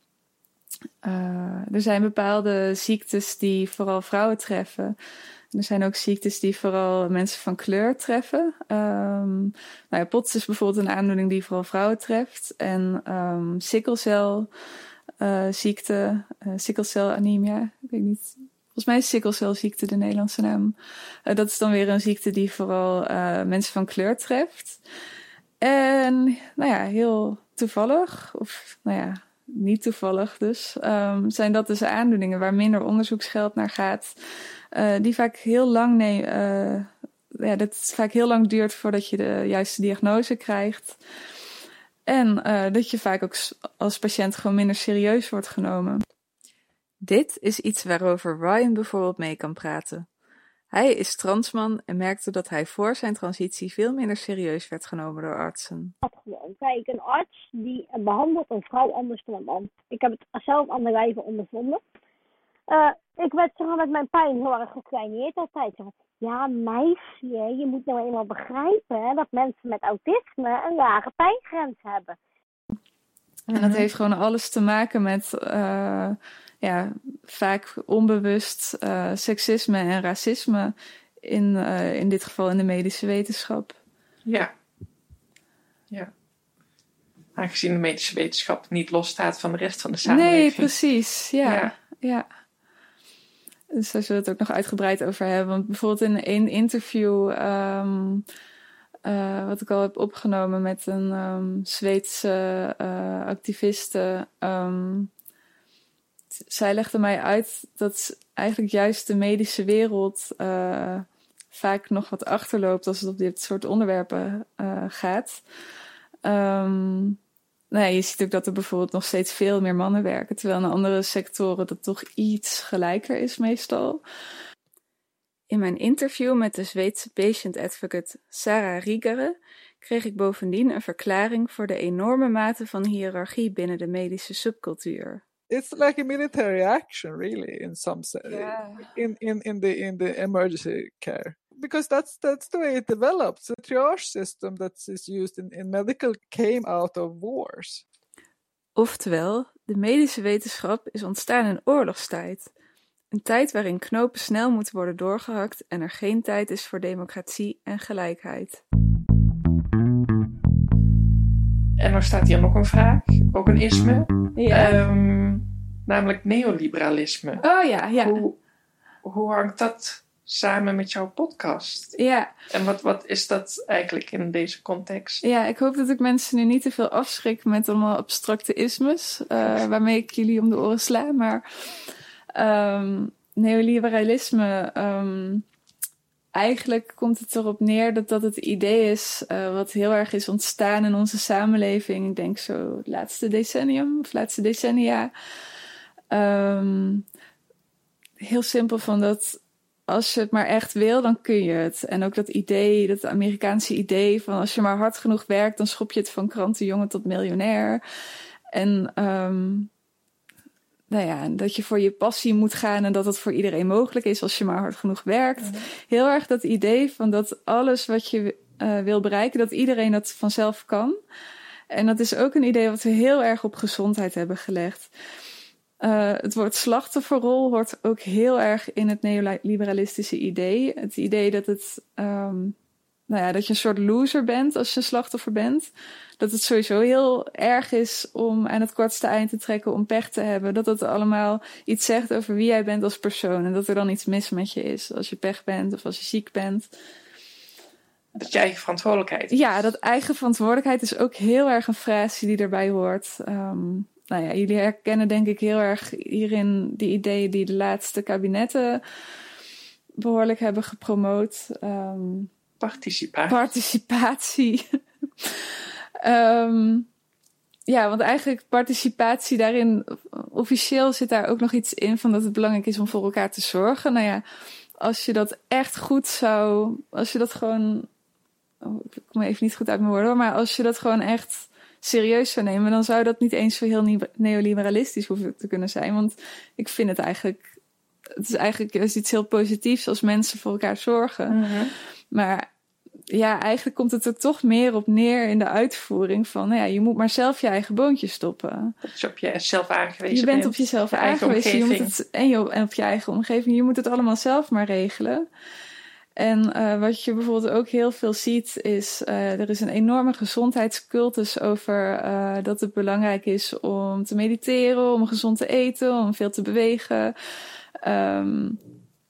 A: uh, er zijn bepaalde ziektes die vooral vrouwen treffen. Er zijn ook ziektes die vooral mensen van kleur treffen. Um, nou ja, P O T S is bijvoorbeeld een aandoening die vooral vrouwen treft. En um, sikkelcel uh, ziekte, uh, sikkelcelanemia, ik weet niet. Volgens mij is sikkelcelziekte de Nederlandse naam. Uh, dat is dan weer een ziekte die vooral uh, mensen van kleur treft. En nou ja, heel toevallig, of nou ja, niet toevallig dus, um, zijn dat dus aandoeningen waar minder onderzoeksgeld naar gaat. Uh, die vaak heel lang, nee, uh, ja, dat het vaak heel lang duurt voordat je de juiste diagnose krijgt. En uh, dat je vaak ook als patiënt gewoon minder serieus wordt genomen. Dit is iets waarover Ryan bijvoorbeeld mee kan praten. Hij is transman en merkte dat hij voor zijn transitie veel minder serieus werd genomen door artsen.
C: Kijk, een arts die behandelt een vrouw anders dan een man. Ik heb het zelf aan de lijve ondervonden. Uh, ik werd zeg maar, met mijn pijn heel erg gekleineerd altijd. Ja, meisje, je moet nou eenmaal begrijpen hè, dat mensen met autisme een lage pijngrens hebben.
A: En dat heeft gewoon alles te maken met uh, ja, vaak onbewust uh, seksisme en racisme. In, uh, in dit geval in de medische wetenschap.
B: Ja. Ja. Aangezien de medische wetenschap niet losstaat van de rest van de samenleving.
A: Nee, precies. Ja. ja. ja. Dus daar zullen we het ook nog uitgebreid over hebben. Want bijvoorbeeld in één interview Um, Uh, wat ik al heb opgenomen met een um, Zweedse uh, activiste. Um, t- zij legde mij uit dat eigenlijk juist de medische wereld uh, vaak nog wat achterloopt als het op dit soort onderwerpen uh, gaat. Um, nou ja, je ziet ook dat er bijvoorbeeld nog steeds veel meer mannen werken, terwijl in andere sectoren dat toch iets gelijker is meestal. In mijn interview met de Zweedse patient advocate Sarah Rigere kreeg ik bovendien een verklaring voor de enorme mate van hiërarchie binnen de medische subcultuur.
D: It's like a military action, really, in some sense,
A: yeah.
D: in, in, in, the, in the emergency care. Because that's, that's the way it develops. The triage system that is used in, in medical came out of wars.
A: Oftewel, de medische wetenschap is ontstaan in oorlogstijd. Een tijd waarin knopen snel moeten worden doorgehakt en er geen tijd is voor democratie en gelijkheid.
B: En dan staat hier nog een vraag, ook een isme.
A: Ja.
B: Um, namelijk neoliberalisme.
A: Oh ja, ja.
B: Hoe, hoe hangt dat samen met jouw podcast?
A: Ja.
B: En wat, wat is dat eigenlijk in deze context?
A: Ja, ik hoop dat ik mensen nu niet te veel afschrik met allemaal abstracte ismes, uh, waarmee ik jullie om de oren sla. Maar um, neoliberalisme, um, eigenlijk komt het erop neer dat dat het idee is uh, wat heel erg is ontstaan in onze samenleving. Ik denk zo het laatste decennium of laatste decennia. Um, heel simpel van dat als je het maar echt wil, dan kun je het. En ook dat idee, dat Amerikaanse idee van als je maar hard genoeg werkt, dan schop je het van krantenjongen tot miljonair. En um, nou ja, dat je voor je passie moet gaan en dat het voor iedereen mogelijk is als je maar hard genoeg werkt. Mm-hmm. Heel erg dat idee van dat alles wat je uh, wil bereiken, dat iedereen dat vanzelf kan. En dat is ook een idee wat we heel erg op gezondheid hebben gelegd. Uh, het woord slachtofferrol hoort ook heel erg in het neoliberalistische idee. Het idee dat het, um, nou ja, dat je een soort loser bent als je een slachtoffer bent. Dat het sowieso heel erg is om aan het kortste eind te trekken, om pech te hebben. Dat het allemaal iets zegt over wie jij bent als persoon. En dat er dan iets mis met je is als je pech bent of als je ziek bent.
B: Dat je eigen verantwoordelijkheid is.
A: Ja, dat eigen verantwoordelijkheid is ook heel erg een frase die erbij hoort. Um, Nou ja, jullie herkennen denk ik heel erg hierin die ideeën die de laatste kabinetten behoorlijk hebben gepromoot. Um,
B: participatie.
A: Participatie. um, ja, want eigenlijk participatie daarin, officieel zit daar ook nog iets in van dat het belangrijk is om voor elkaar te zorgen. Nou ja, als je dat echt goed zou, als je dat gewoon, oh, ik kom even niet goed uit mijn woorden, maar als je dat gewoon echt serieus zou nemen, dan zou dat niet eens zo heel neoliberalistisch hoeven te kunnen zijn. Want ik vind het eigenlijk, het is eigenlijk iets heel positiefs als mensen voor elkaar zorgen. Mm-hmm. Maar ja, eigenlijk komt het er toch meer op neer in de uitvoering van, nou ja, je moet maar zelf je eigen boontje stoppen.
B: Dat je op jezelf aangewezen
A: Je bent
B: bent.
A: op jezelf
B: je
A: aangewezen. Je moet het, en, je, en op je eigen omgeving. Je moet het allemaal zelf maar regelen. En uh, wat je bijvoorbeeld ook heel veel ziet is, uh, er is een enorme gezondheidscultus over uh, dat het belangrijk is om te mediteren, om gezond te eten, om veel te bewegen. Um,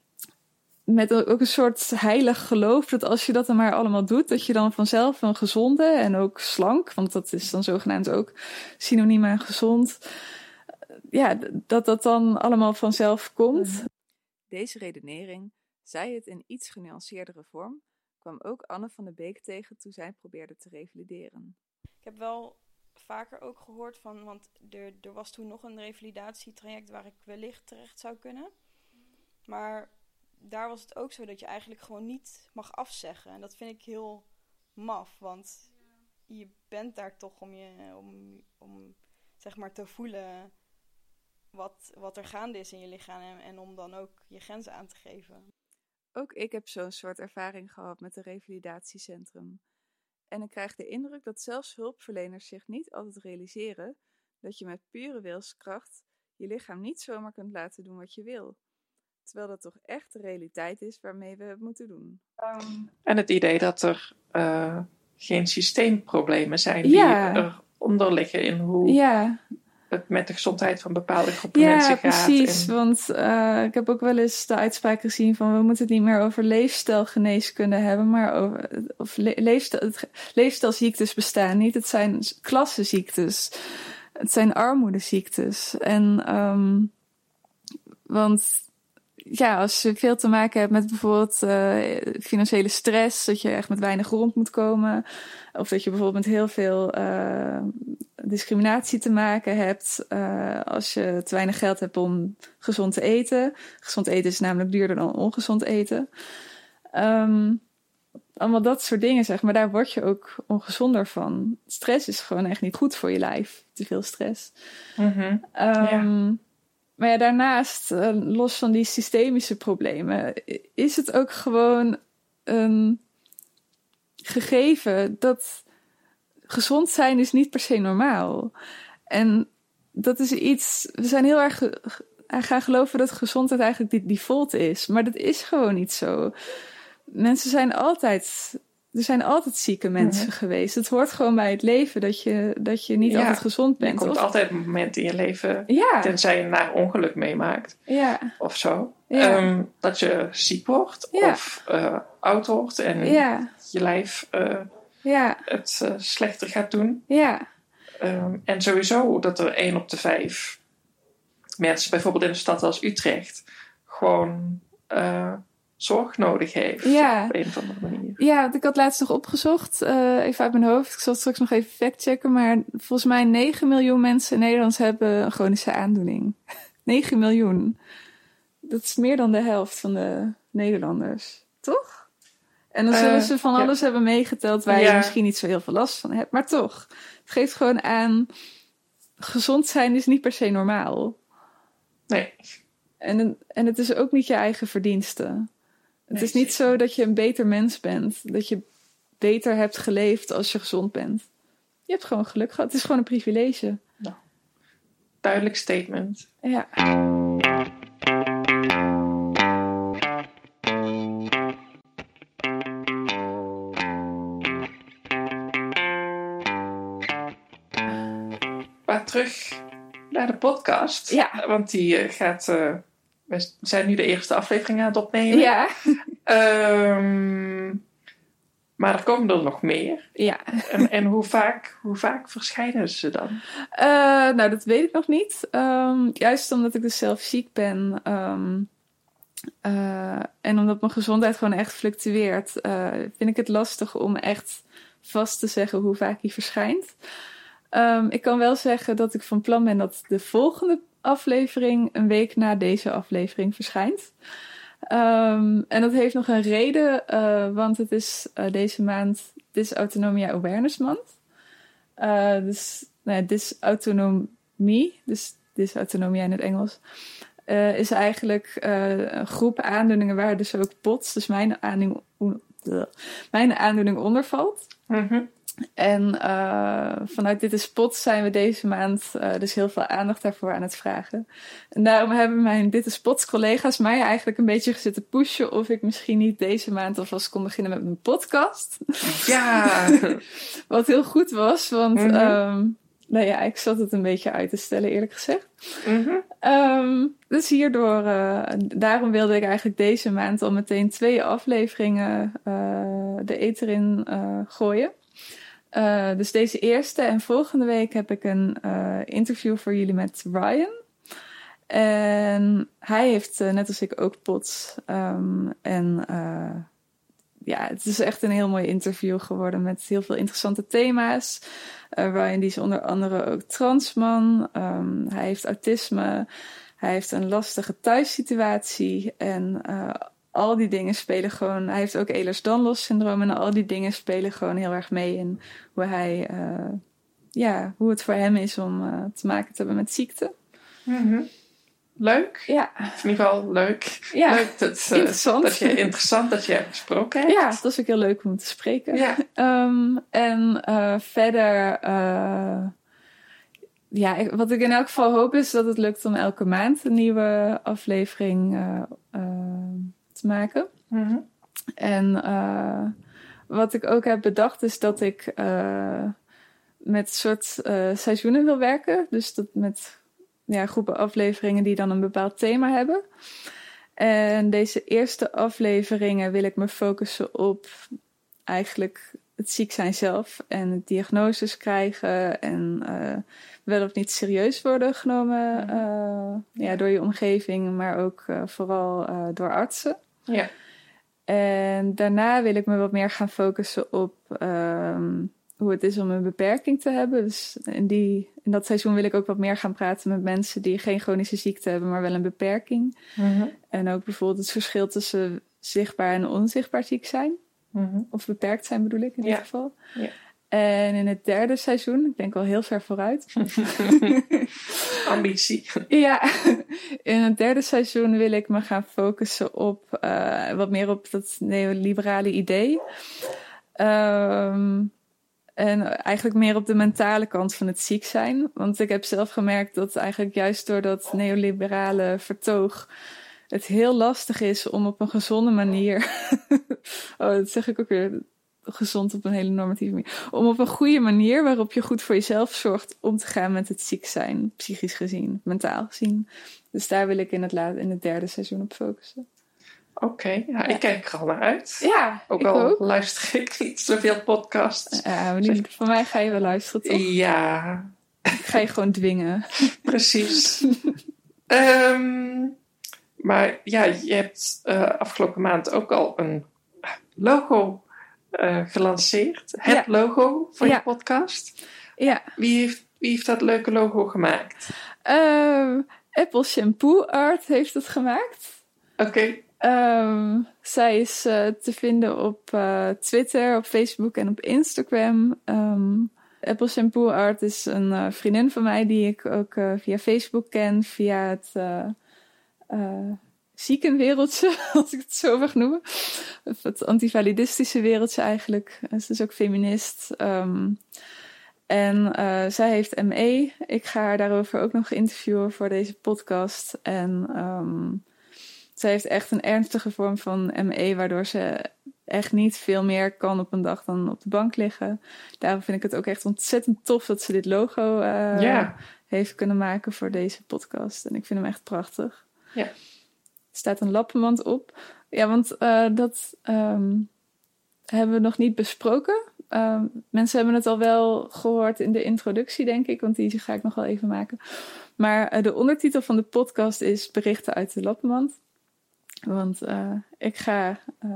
A: met ook een soort heilig geloof dat als je dat dan maar allemaal doet, dat je dan vanzelf een gezonde en ook slank, want dat is dan zogenaamd ook synoniem aan gezond, ja, dat dat dan allemaal vanzelf komt. Deze redenering, zij het in iets genuanceerdere vorm, kwam ook Anne van de Beek tegen toen zij probeerde te revalideren.
E: Ik heb wel vaker ook gehoord van, want er, er was toen nog een revalidatietraject waar ik wellicht terecht zou kunnen. Maar daar was het ook zo dat je eigenlijk gewoon niet mag afzeggen. En dat vind ik heel maf, want je bent daar toch om je, om, om zeg maar te voelen wat, wat er gaande is in je lichaam en, en om dan ook je grenzen aan te geven.
A: Ook ik heb zo'n soort ervaring gehad met een revalidatiecentrum. En ik krijg de indruk dat zelfs hulpverleners zich niet altijd realiseren dat je met pure wilskracht je lichaam niet zomaar kunt laten doen wat je wil. Terwijl dat toch echt de realiteit is waarmee we het moeten doen.
B: Um, en het idee dat er uh, geen systeemproblemen zijn
A: ja.
B: die eronder liggen in hoe
A: ja.
B: het met de gezondheid van bepaalde groepen
A: ja,
B: mensen gaat.
A: Ja, precies. En want uh, ik heb ook wel eens de uitspraak gezien van we moeten het niet meer over leefstijlgeneeskunde hebben, maar over of le- leefstijl, leefstijlziektes bestaan niet. Het zijn klassenziektes. Het zijn armoedeziektes. En um, want ja, als je veel te maken hebt met bijvoorbeeld uh, financiële stress, dat je echt met weinig rond moet komen, of dat je bijvoorbeeld met heel veel uh, discriminatie te maken hebt, uh, als je te weinig geld hebt om gezond te eten. Gezond eten is namelijk duurder dan ongezond eten. Um, allemaal dat soort dingen, zeg maar, daar word je ook ongezonder van. Stress is gewoon echt niet goed voor je lijf, te veel stress.
B: Mm-hmm.
A: Um,
B: ja.
A: Maar ja, daarnaast, uh, los van die systemische problemen, is het ook gewoon een gegeven dat gezond zijn is niet per se normaal. En dat is iets, we zijn heel erg ge- gaan geloven dat gezondheid eigenlijk die default is. Maar dat is gewoon niet zo. Mensen zijn altijd... Er zijn altijd zieke mensen mm-hmm. geweest. Het hoort gewoon bij het leven dat je, dat je niet ja, altijd gezond bent.
B: Er komt
A: of...
B: altijd een moment in je leven...
A: Ja.
B: Tenzij je een naar ongeluk meemaakt.
A: Ja.
B: Of zo.
A: Ja.
B: Um, dat je ziek wordt.
A: Ja.
B: Of uh, oud wordt. En
A: ja.
B: je lijf uh,
A: ja.
B: het uh, slechter gaat doen.
A: Ja.
B: Um, en sowieso dat er één op de vijf mensen... bijvoorbeeld in een stad als Utrecht... gewoon... Uh, zorg nodig heeft.
A: Ja.
B: Op een of andere manier.
A: Ja, want ik had laatst nog opgezocht. Uh, even uit mijn hoofd. Ik zal het straks nog even factchecken. Maar volgens mij negen miljoen mensen in Nederland hebben een chronische aandoening. negen miljoen. Dat is meer dan de helft van de Nederlanders. Toch? En dan zullen uh, ze van ja. alles hebben meegeteld waar ja. je misschien niet zo heel veel last van hebt. Maar toch. Het geeft gewoon aan... gezond zijn is niet per se normaal.
B: Nee.
A: En, en het is ook niet je eigen verdienste. Het nee, is niet zeker. Zo dat je een beter mens bent. Dat je beter hebt geleefd als je gezond bent. Je hebt gewoon geluk gehad. Het is gewoon een privilege.
B: Nou, duidelijk statement.
A: Ja.
B: Maar terug naar de podcast.
A: Ja.
B: Want die uh, gaat... Uh, we zijn nu de eerste aflevering aan het opnemen.
A: Ja.
B: Um, maar er komen er nog meer.
A: Ja.
B: En, en hoe, vaak, hoe vaak verschijnen ze dan?
A: Uh, nou, dat weet ik nog niet. Um, juist omdat ik dus zelf ziek ben. Um, uh, en omdat mijn gezondheid gewoon echt fluctueert. Uh, vind ik het lastig om echt vast te zeggen hoe vaak hij verschijnt. Um, ik kan wel zeggen dat ik van plan ben dat de volgende aflevering een week na deze aflevering verschijnt. Um, en dat heeft nog een reden, uh, want het is uh, deze maand Dysautonomia Awareness Month. Uh, dus nou ja, dysautonomie, dus dysautonomia in het Engels, uh, is eigenlijk uh, een groep aandoeningen waar dus ook P O T S, dus mijn aandoening, uh, mijn aandoening onder valt.
B: Mm-hmm.
A: En uh, vanuit Dit is P O T S zijn we deze maand uh, dus heel veel aandacht daarvoor aan het vragen. En daarom hebben mijn Dit is P O T S collega's mij eigenlijk een beetje zitten pushen of ik misschien niet deze maand alvast kon beginnen met mijn podcast.
B: Ja!
A: Wat heel goed was, want
B: mm-hmm.
A: um, nou ja, ik zat het een beetje uit te stellen, eerlijk gezegd.
B: Mm-hmm.
A: Um, dus hierdoor, uh, daarom wilde ik eigenlijk deze maand al meteen twee afleveringen uh, de ether in uh, gooien. Uh, dus deze eerste en volgende week heb ik een uh, interview voor jullie met Ryan. En hij heeft uh, net als ik ook P O T S. Um, en uh, ja, het is echt een heel mooi interview geworden met heel veel interessante thema's. Uh, Ryan die is onder andere ook transman. Um, hij heeft autisme. Hij heeft een lastige thuissituatie. En uh, al die dingen spelen gewoon... Hij heeft ook Ehlers-Danlos syndroom. En al die dingen spelen gewoon heel erg mee in hoe hij... Uh, ja, hoe het voor hem is om uh, te maken te hebben met ziekte.
B: Mm-hmm. Leuk.
A: Ja.
B: In ieder geval leuk.
A: Ja,
B: leuk dat, uh,
A: interessant.
B: Dat je, interessant dat je hebt gesproken hebt.
A: Ja, het was ook heel leuk om te spreken.
B: Ja.
A: Um, en uh, verder... Uh, ja, ik, wat ik in elk geval hoop is dat het lukt om elke maand een nieuwe aflevering uh, uh, te maken.
B: Mm-hmm.
A: En uh, wat ik ook heb bedacht is dat ik uh, met soort uh, seizoenen wil werken. Dus dat met ja, groepen afleveringen die dan een bepaald thema hebben. En deze eerste afleveringen wil ik me focussen op eigenlijk het ziek zijn zelf en diagnoses krijgen en uh, wel of niet serieus worden genomen uh, ja, door je omgeving, maar ook uh, vooral uh, door artsen.
B: Ja.
A: En daarna wil ik me wat meer gaan focussen op um, hoe het is om een beperking te hebben. Dus in, die, in dat seizoen wil ik ook wat meer gaan praten met mensen die geen chronische ziekte hebben, maar wel een beperking.
B: Mm-hmm.
A: En ook bijvoorbeeld het verschil tussen zichtbaar en onzichtbaar ziek zijn.
B: Mm-hmm.
A: Of beperkt zijn bedoel ik in
B: ja.
A: dit geval.
B: Ja.
A: En in het derde seizoen, ik denk al heel ver vooruit.
B: Ambitie.
A: Ja, in het derde seizoen wil ik me gaan focussen op uh, wat meer op dat neoliberale idee. Um, En eigenlijk meer op de mentale kant van het ziek zijn. Want ik heb zelf gemerkt dat eigenlijk juist door dat neoliberale vertoog het heel lastig is om op een gezonde manier... oh, dat zeg ik ook weer... gezond op een hele normatieve manier. Om op een goede manier waarop je goed voor jezelf zorgt om te gaan met het ziek zijn. Psychisch gezien, mentaal gezien. Dus daar wil ik in het, la- in het derde seizoen op focussen.
B: Oké, okay, ja, ik kijk er al naar uit.
A: Ja,
B: ook
A: ik
B: al
A: ook.
B: luister ik niet zoveel podcasts.
A: Ja, maar niet, van mij ga je wel luisteren, toch?
B: Ja.
A: Ik ga je gewoon dwingen.
B: Precies. um, maar ja, je hebt uh, afgelopen maand ook al een logo uh, gelanceerd. Het ja. logo van ja. je podcast.
A: Ja.
B: Wie heeft, wie heeft dat leuke logo gemaakt?
A: Uh, Apple Shampoo Art heeft het gemaakt.
B: Oké. Okay.
A: Um, zij is uh, te vinden op uh, Twitter, op Facebook en op Instagram. Um, Apple Shampoo Art is een uh, vriendin van mij die ik ook uh, via Facebook ken. Via het uh, uh, ziekenwereldje, als ik het zo mag noemen. Of het antivalidistische wereldje eigenlijk. Ze is ook feminist. Um, en uh, zij heeft M E. Ik ga haar daarover ook nog interviewen voor deze podcast. En... Um, Zij heeft echt een ernstige vorm van M E, waardoor ze echt niet veel meer kan op een dag dan op de bank liggen. Daarom vind ik het ook echt ontzettend tof dat ze dit logo uh, yeah. heeft kunnen maken voor deze podcast. En ik vind hem echt prachtig.
B: Ja.
A: Er staat een lappenmand op. Ja, want uh, dat um, hebben we nog niet besproken. Um, mensen hebben het al wel gehoord in de introductie, denk ik, want die ga ik nog wel even maken. Maar uh, de ondertitel van de podcast is Berichten uit de lappenmand. Want uh, ik ga uh,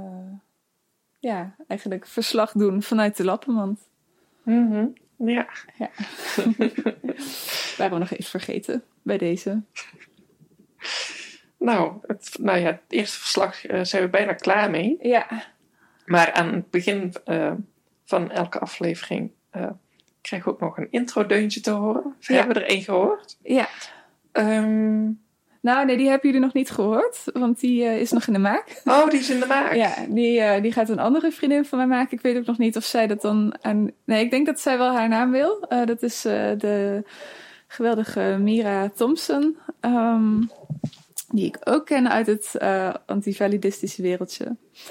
A: ja, eigenlijk verslag doen vanuit de lappenmand.
B: Mm-hmm. Ja.
A: ja. Waren we nog even vergeten bij deze.
B: Nou, het, nou ja, het eerste verslag uh, zijn we bijna klaar mee.
A: Ja.
B: Maar aan het begin uh, van elke aflevering uh, krijgen we ook nog een intro-deuntje te horen. Of ja. Hebben we er één gehoord?
A: Ja.
B: Um,
A: Nou, nee, die hebben jullie nog niet gehoord, want die uh, is nog in de maak.
B: Oh, die is in de maak?
A: Ja, die, uh, die gaat een andere vriendin van mij maken. Ik weet ook nog niet of zij dat dan aan... Nee, ik denk dat zij wel haar naam wil. Uh, dat is uh, de geweldige Mira Thompson, um, die ik ook ken uit het uh, antivalidistische wereldje.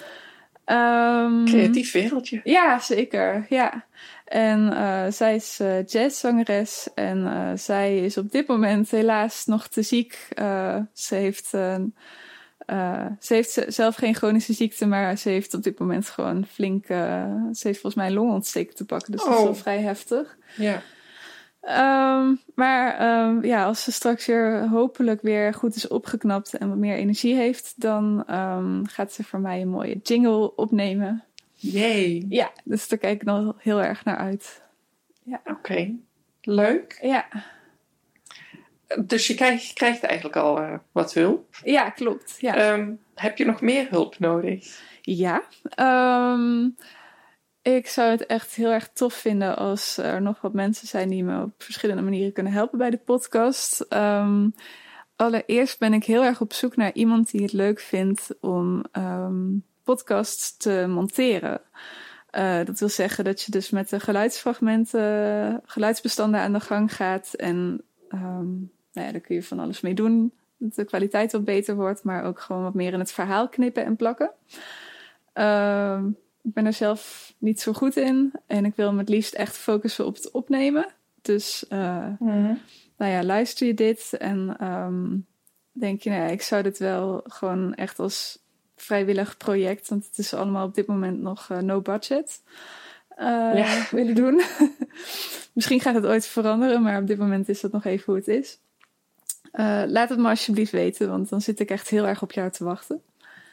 A: Um,
B: Creatief wereldje.
A: Ja, zeker, ja. En uh, zij is uh, jazzzangeres en uh, zij is op dit moment helaas nog te ziek. Uh, ze, heeft, uh, uh, ze heeft zelf geen chronische ziekte, maar ze heeft op dit moment gewoon flink... Uh, ze heeft volgens mij een longontsteking te pakken, dus oh. dat is wel vrij heftig.
B: Ja.
A: Um, maar um, ja, als ze straks weer hopelijk weer goed is opgeknapt en wat meer energie heeft, dan um, gaat ze voor mij een mooie jingle opnemen.
B: Jee.
A: Ja, dus daar kijk ik nog heel erg naar uit. Ja.
B: Oké, okay. Leuk.
A: Ja.
B: Dus je krijgt, je krijgt eigenlijk al uh, wat hulp.
A: Ja, klopt. Ja.
B: Um, heb je nog meer hulp nodig?
A: Ja. Um, ik zou het echt heel erg tof vinden als er nog wat mensen zijn die me op verschillende manieren kunnen helpen bij de podcast. Um, allereerst ben ik heel erg op zoek naar iemand die het leuk vindt om... Um, podcasts te monteren. Uh, dat wil zeggen dat je dus met de geluidsfragmenten, geluidsbestanden aan de gang gaat. En um, nou ja, daar kun je van alles mee doen. Dat de kwaliteit wat beter wordt, maar ook gewoon wat meer in het verhaal knippen en plakken. Uh, ik ben er zelf niet zo goed in. En ik wil me het liefst echt focussen op het opnemen. Dus uh, mm-hmm. nou ja, luister je dit en um, denk je, nou ja, ik zou dit wel gewoon echt als vrijwillig project, want het is allemaal op dit moment nog uh, no budget uh, ja. willen doen. Misschien gaat het ooit veranderen, maar op dit moment is dat nog even hoe het is. Uh, laat het me alsjeblieft weten, want dan zit ik echt heel erg op jou te wachten.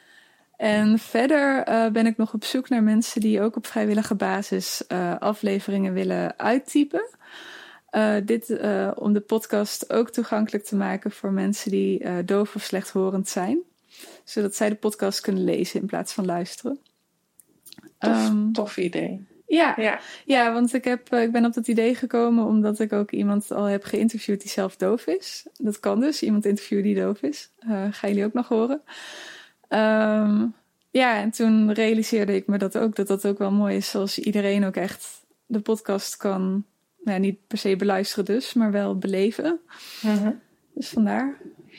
A: En verder uh, ben ik nog op zoek naar mensen die ook op vrijwillige basis uh, afleveringen willen uittypen. Uh, dit uh, om de podcast ook toegankelijk te maken voor mensen die uh, doof of slechthorend zijn. Zodat zij de podcast kunnen lezen in plaats van luisteren.
B: Tof,
A: um,
B: tof idee.
A: Ja, ja. ja want ik, heb, ik ben op dat idee gekomen omdat ik ook iemand al heb geïnterviewd die zelf doof is. Dat kan dus, iemand interviewen die doof is. Uh, gaan jullie ook nog horen. Um, ja, en toen realiseerde ik me dat ook, dat dat ook wel mooi is als iedereen ook echt de podcast kan, nou, niet per se beluisteren dus, maar wel beleven.
B: Mm-hmm.
A: Dus vandaar.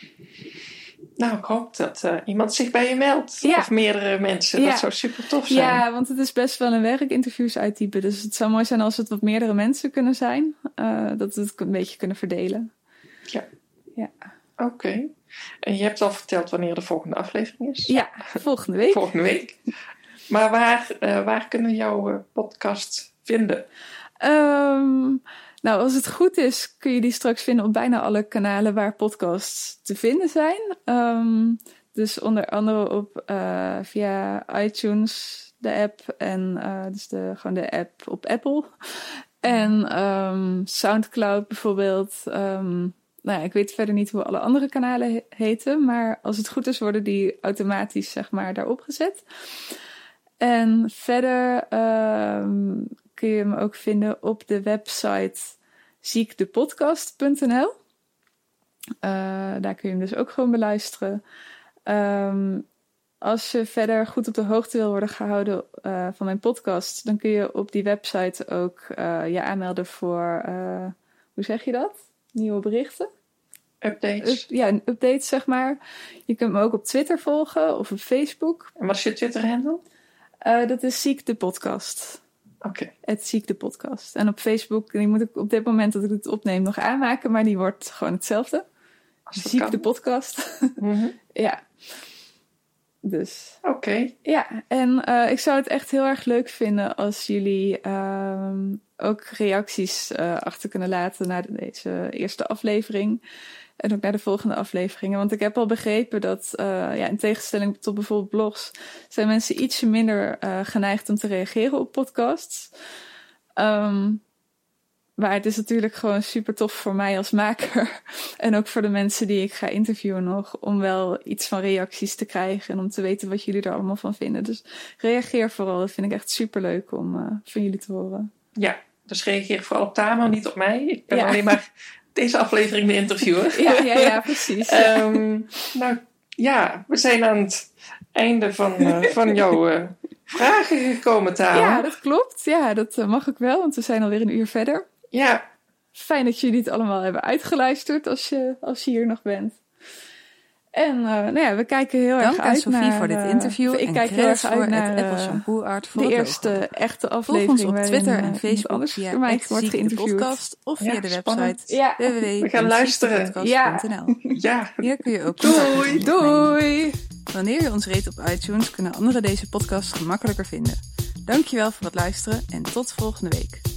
B: Nou, ik hoop dat uh, iemand zich bij je meldt.
A: Ja.
B: Of meerdere mensen.
A: Ja.
B: Dat zou super tof zijn.
A: Ja, want het is best wel een werk interviews uittypen. Dus het zou mooi zijn als het wat meerdere mensen kunnen zijn. Uh, dat we het een beetje kunnen verdelen.
B: Ja.
A: Ja.
B: Oké. Okay. En je hebt al verteld wanneer de volgende aflevering is?
A: Ja, volgende week.
B: Volgende week. Maar waar, uh, waar kunnen we jouw uh, podcast vinden?
A: Um, nou, als het goed is, kun je die straks vinden op bijna alle kanalen waar podcasts te vinden zijn. Um, dus onder andere op uh, via iTunes, de app, en uh, dus de, gewoon de app op Apple. En um, Soundcloud bijvoorbeeld. Um, nou ja, ik weet verder niet hoe alle andere kanalen he- heten, maar als het goed is, worden die automatisch, zeg maar, daarop gezet. En verder um, kun je hem ook vinden op de website ziekdepodcast punt n l. Uh, daar kun je hem dus ook gewoon beluisteren. Um, als je verder goed op de hoogte wil worden gehouden uh, van mijn podcast, dan kun je op die website ook uh, je aanmelden voor, uh, hoe zeg je dat? Nieuwe berichten?
B: Updates.
A: Up, ja, een update, zeg maar. Je kunt me ook op Twitter volgen of op Facebook.
B: En wat is je Twitter-handle?
A: Uh, dat is Ziek de Podcast.
B: Oké. Okay.
A: Het Ziek de Podcast. En op Facebook, die moet ik op dit moment dat ik het opneem nog aanmaken, maar die wordt gewoon hetzelfde. Ziek kan. De Podcast.
B: Mm-hmm.
A: Ja. Dus.
B: Oké. Okay.
A: Ja, en uh, ik zou het echt heel erg leuk vinden als jullie uh, ook reacties uh, achter kunnen laten naar deze eerste aflevering. En ook naar de volgende afleveringen. Want ik heb al begrepen dat, uh, ja, in tegenstelling tot bijvoorbeeld blogs, zijn mensen ietsje minder uh, geneigd om te reageren op podcasts. Um, maar het is natuurlijk gewoon super tof voor mij als maker. En ook voor de mensen die ik ga interviewen nog. Om wel iets van reacties te krijgen. En om te weten wat jullie er allemaal van vinden. Dus reageer vooral. Dat vind ik echt super leuk om uh, van jullie te horen.
B: Ja, dus reageer vooral op Tamo, niet op mij. Ik ben ja. alleen maar deze aflevering de interviewer.
A: Ja, ja, ja, precies.
B: um, nou ja, we zijn aan het einde van, uh, van jouw uh, vragen gekomen, Tamo.
A: Ja, dat klopt. Ja, dat uh, mag ik wel. Want we zijn alweer een uur verder.
B: Ja.
A: Fijn dat jullie het allemaal hebben uitgeluisterd als je, als je hier nog bent. En uh, nou ja, we kijken heel
F: Dank
A: erg uit
F: Sophie
A: naar...
F: voor dit interview.
A: Uh, ik
F: en
A: kijk heel erg uit naar
F: het Apple Shampoo Art voor
A: de
F: het
A: eerste
F: logo.
A: echte
F: aflevering.
A: aflevering.
F: Volg ons op Twitter en Facebook
A: anders
F: via
A: voor mij wordt geïnterviewd.
F: podcast of via
B: ja,
F: de
B: spannend.
F: website
A: ja.
F: w w w
B: We gaan luisteren.
F: punt ziekdepodcast punt n l.
B: Ja.
F: Hier kun je ook
B: Doei.
A: Doei.
F: Wanneer je ons reed op iTunes, kunnen anderen deze podcast gemakkelijker vinden. Dankjewel voor het luisteren en tot volgende week.